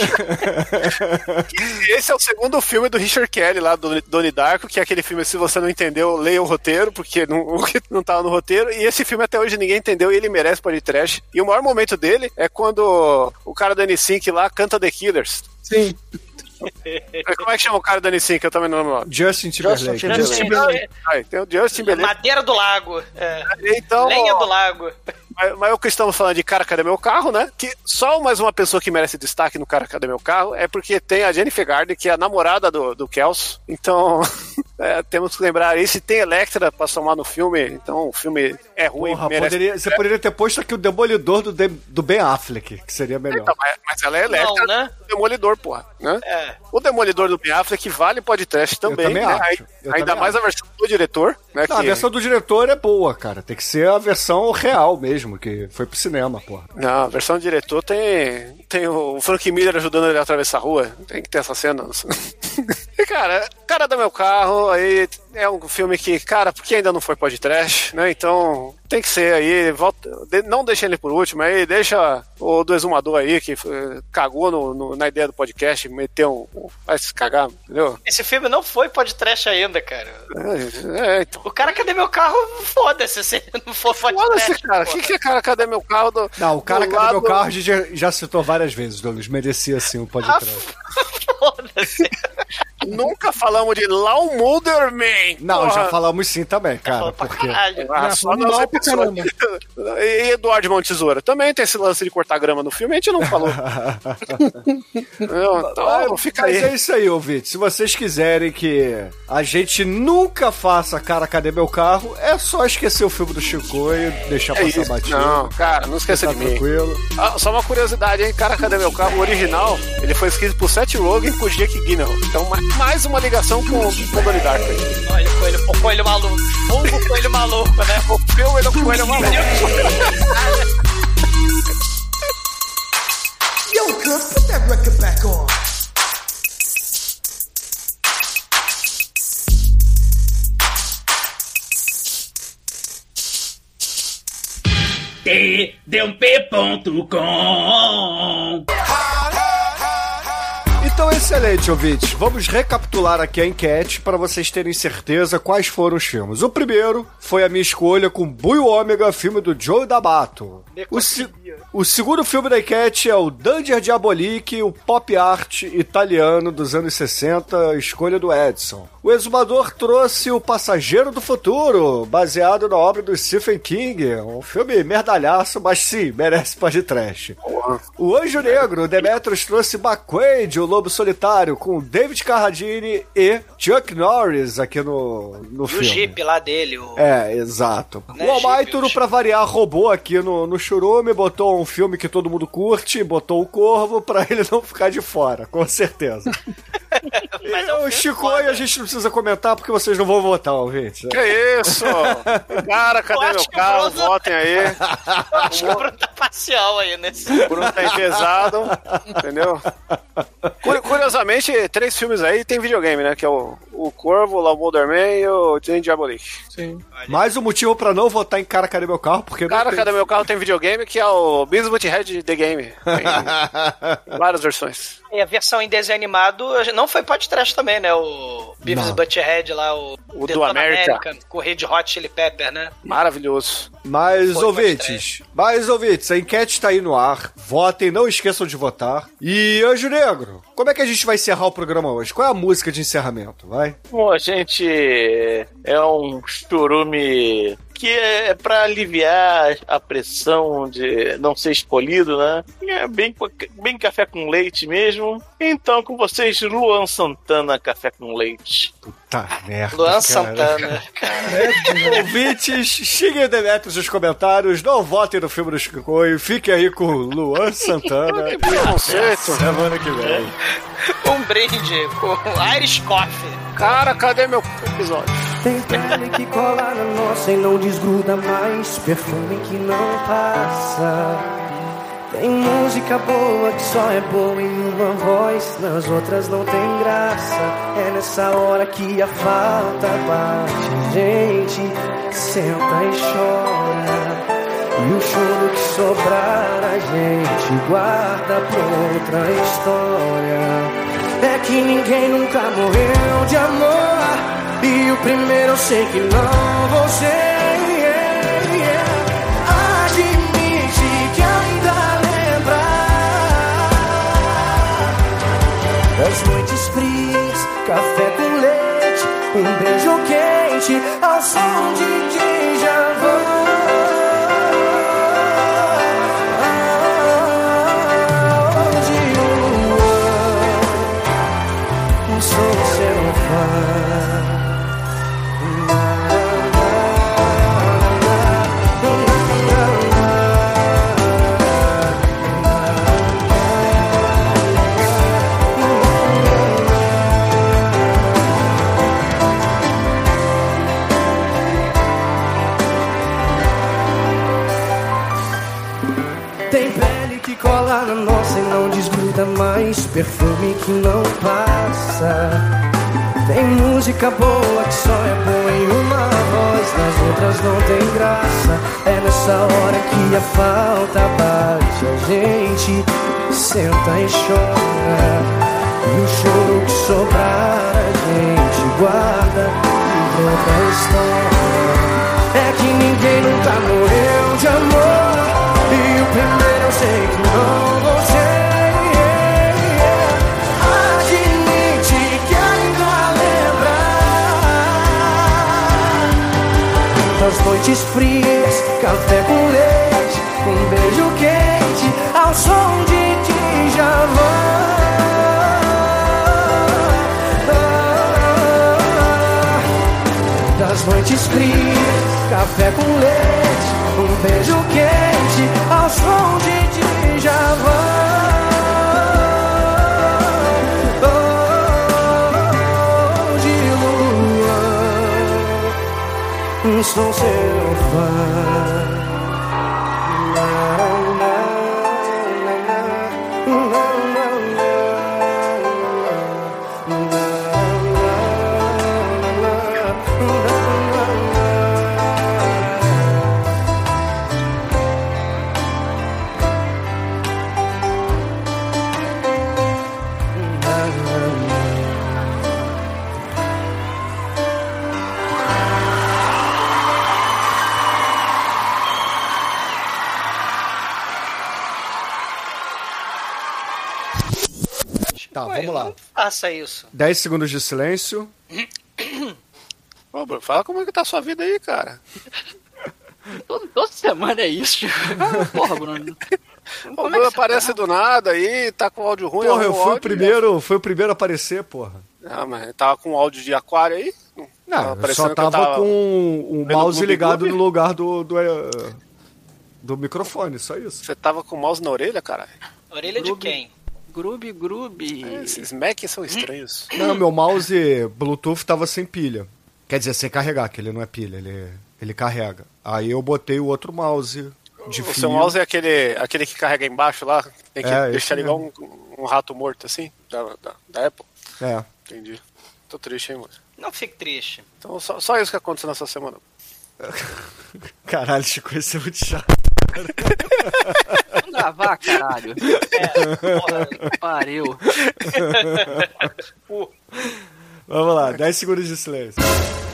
Esse é o segundo filme do Richard Kelly lá, do Donnie Darko, que é aquele filme, se você não entendeu, leia o roteiro, porque não tava no roteiro, e esse filme até hoje ninguém entendeu e ele merece podcast. E o maior momento dele é quando o cara do N5 lá canta The Killers. Sim. Como é que chama o cara do N5? Eu também não lembro. Justin Timberlake. Tem o Justin Timberlake. Madeira do Lago. Então, lenha do Lago. Mas o que estamos falando de Cara, Cadê Meu Carro, né? Que só mais uma pessoa que merece destaque no Cara, Cadê Meu Carro é porque tem a Jennifer Garner, que é a namorada do Kelso. Então, temos que lembrar isso. E tem Electra pra somar no filme. Então, o filme é ruim. Porra, você poderia ter posto aqui o Demolidor do Ben Affleck, que seria melhor. Então, mas ela é Electra, não, né? O Demolidor, porra. Né? O Demolidor do Ben Affleck vale podcast também. Eu também acho. Ainda mais a versão do diretor. Né, não, a versão do diretor é boa, cara. Tem que ser a versão real mesmo, que foi pro cinema, porra. Não, a versão do diretor tem o Frank Miller ajudando ele a atravessar a rua. Tem que ter essa cena. E, cara do Meu Carro, aí é um filme que, cara, porque ainda não foi podcast, né? Então, tem que ser aí, não deixa ele por último, aí deixa o do Exumador aí, que cagou na ideia do podcast, meteu vai se cagar, entendeu? Esse filme não foi podcast ainda, cara. Então. O Cara, Cadê Meu Carro? Foda-se, se não for podcast. Foda-se, cara. O que é Cara, Cadê Meu Carro? Não, o Cara, Cadê Meu Carro já citou várias vezes, Douglas. Merecia sim um podcast. Foda-se. Nunca falamos de Lau Mulder Man. Não, porra. já falamos sim também, cara. Porque... só nas episódios. E Eduardo Mão de Tesoura. Também tem esse lance de cortar grama no filme, a gente não falou. Então, fica aí. Mas é isso aí, ouvinte. Se vocês quiserem que a gente nunca faça Cara, Cadê Meu Carro, é só esquecer o filme do Chico e deixar passar batido. Não, cara, não esqueça de mim. Tranquilo. Só uma curiosidade, hein? Cara, Cadê Meu Carro? O original, ele foi escrito por Seth Rogen e por Jake Gyllenhaal. Então, mais uma ligação com o Donnie Darko. Olha, o Coelho Maluco. O Coelho Maluco, né? O filme do Coelho Maluco. Yo, cuz, put that record back on. tdump.com. Então, excelente, ouvintes. Vamos recapitular aqui a enquete para vocês terem certeza quais foram os filmes. O primeiro foi a minha escolha com Buio Ômega, filme do Joe D'Amato. O segundo filme da enquete é o Danger Diabolique, o pop art italiano dos anos 60, escolha do Edson. O Exumador trouxe O Passageiro do Futuro, baseado na obra do Stephen King, um filme merdalhaço, mas sim, merece podcast. O Anjo Negro, o Demetrius trouxe McQuaid, o Lobo Solitário, com David Carradine e Chuck Norris aqui no filme. O Jeep lá dele. Exato. O Almaituro, pra variar, roubou aqui no Churume, botou um filme que todo mundo curte, botou o Corvo pra ele não ficar de fora, com certeza. O Chico e a gente não precisa comentar porque vocês não vão votar, ouvinte. Que isso? Cara, cadê meu carro? Votem aí. Eu acho que o Bruno tá parcial aí nesse. O Bruno tá pesado, entendeu? Curiosamente, 3 filmes aí tem videogame, né? Que é o Corvo, o Laboderman e o Jane Diabolique. Sim. Mais um motivo pra não votar em Cara, Cadê Meu Carro? Porque Cara, Cadê Meu Carro tem videogame, que é o Beavis Butthead The Game. Tem várias versões. E a versão em desenho animado não foi podcast também, né? O Beavis Butthead lá, o do América. Com o Red Hot Chili Pepper, né? Maravilhoso. Mas, ouvintes, a enquete tá aí no ar. Votem, não esqueçam de votar. E, Anjo Negro, como é que a gente vai encerrar o programa hoje? Qual é a música de encerramento? Vai. Bom, a gente é um churume que é pra aliviar a pressão de não ser escolhido, né? É bem café com leite mesmo. Então, com vocês, Luan Santana, Café com Leite. Puta merda, Luan Santana, cara. Ouvintes, xinguem Demetrius nos comentários, não votem no filme do Chicoio, fiquem aí com Luan Santana. Que preconceito. Semana que vem. Um brinde com Irish Coffee. Cara, cadê meu episódio? Tem pele que cola na nossa e não desgruda mais, perfume que não passa. Tem música boa que só é boa em uma voz, nas outras não tem graça. É nessa hora que a falta bate, a gente senta e chora. E o choro que sobrar a gente guarda pra outra história. É que ninguém nunca morreu de amor, e o primeiro eu sei que não vou ser. Admite que ainda lembra das noites frias, café com leite, um beijo quente ao som de Djavan. Tem pele que cola na nossa e não desgruda mais, perfume que não passa. Tem música boa que só é boa em uma voz, nas outras não tem graça. É nessa hora que a falta bate, a gente senta e chora. E o choro que sobrar a gente guarda e outra história. É que ninguém nunca morreu de amor, e o primeiro eu sei que não vou ser. Admite que ainda lembra das noites frias, café com leite, um beijo quente ao som de Djavan. Das noites frias, café com leite, um beijo quente ao som de Djavan. De Luan, sou seu fã. Tá, vamos lá. Não faça isso. 10 segundos de silêncio. Ô, Bruno, fala como é que tá a sua vida aí, cara. Toda semana é isso. Porra, Bruno. O Bruno aparece do nada aí, tá com áudio ruim. Porra, eu fui o primeiro a aparecer, porra. Ah, mas tava com áudio de aquário aí? Não, eu só tava com o mouse ligado no lugar do microfone, só isso. Você tava com o mouse na orelha, caralho? Orelha de quem? Grube. Esses Macs são estranhos. Não, meu mouse Bluetooth tava sem pilha. Quer dizer, sem carregar, que ele não é pilha, ele carrega. Aí eu botei o outro mouse de fio. O seu mouse é aquele que carrega embaixo lá? Tem que deixar igual um um rato morto assim, da Apple. É. Entendi. Tô triste, hein, moço? Não fique triste. Então só isso que aconteceu nessa semana. Caralho, Chico, esse é muito chato. Vamos gravar, caralho. Porra, pariu. Vamos lá, 10 segundos de silêncio.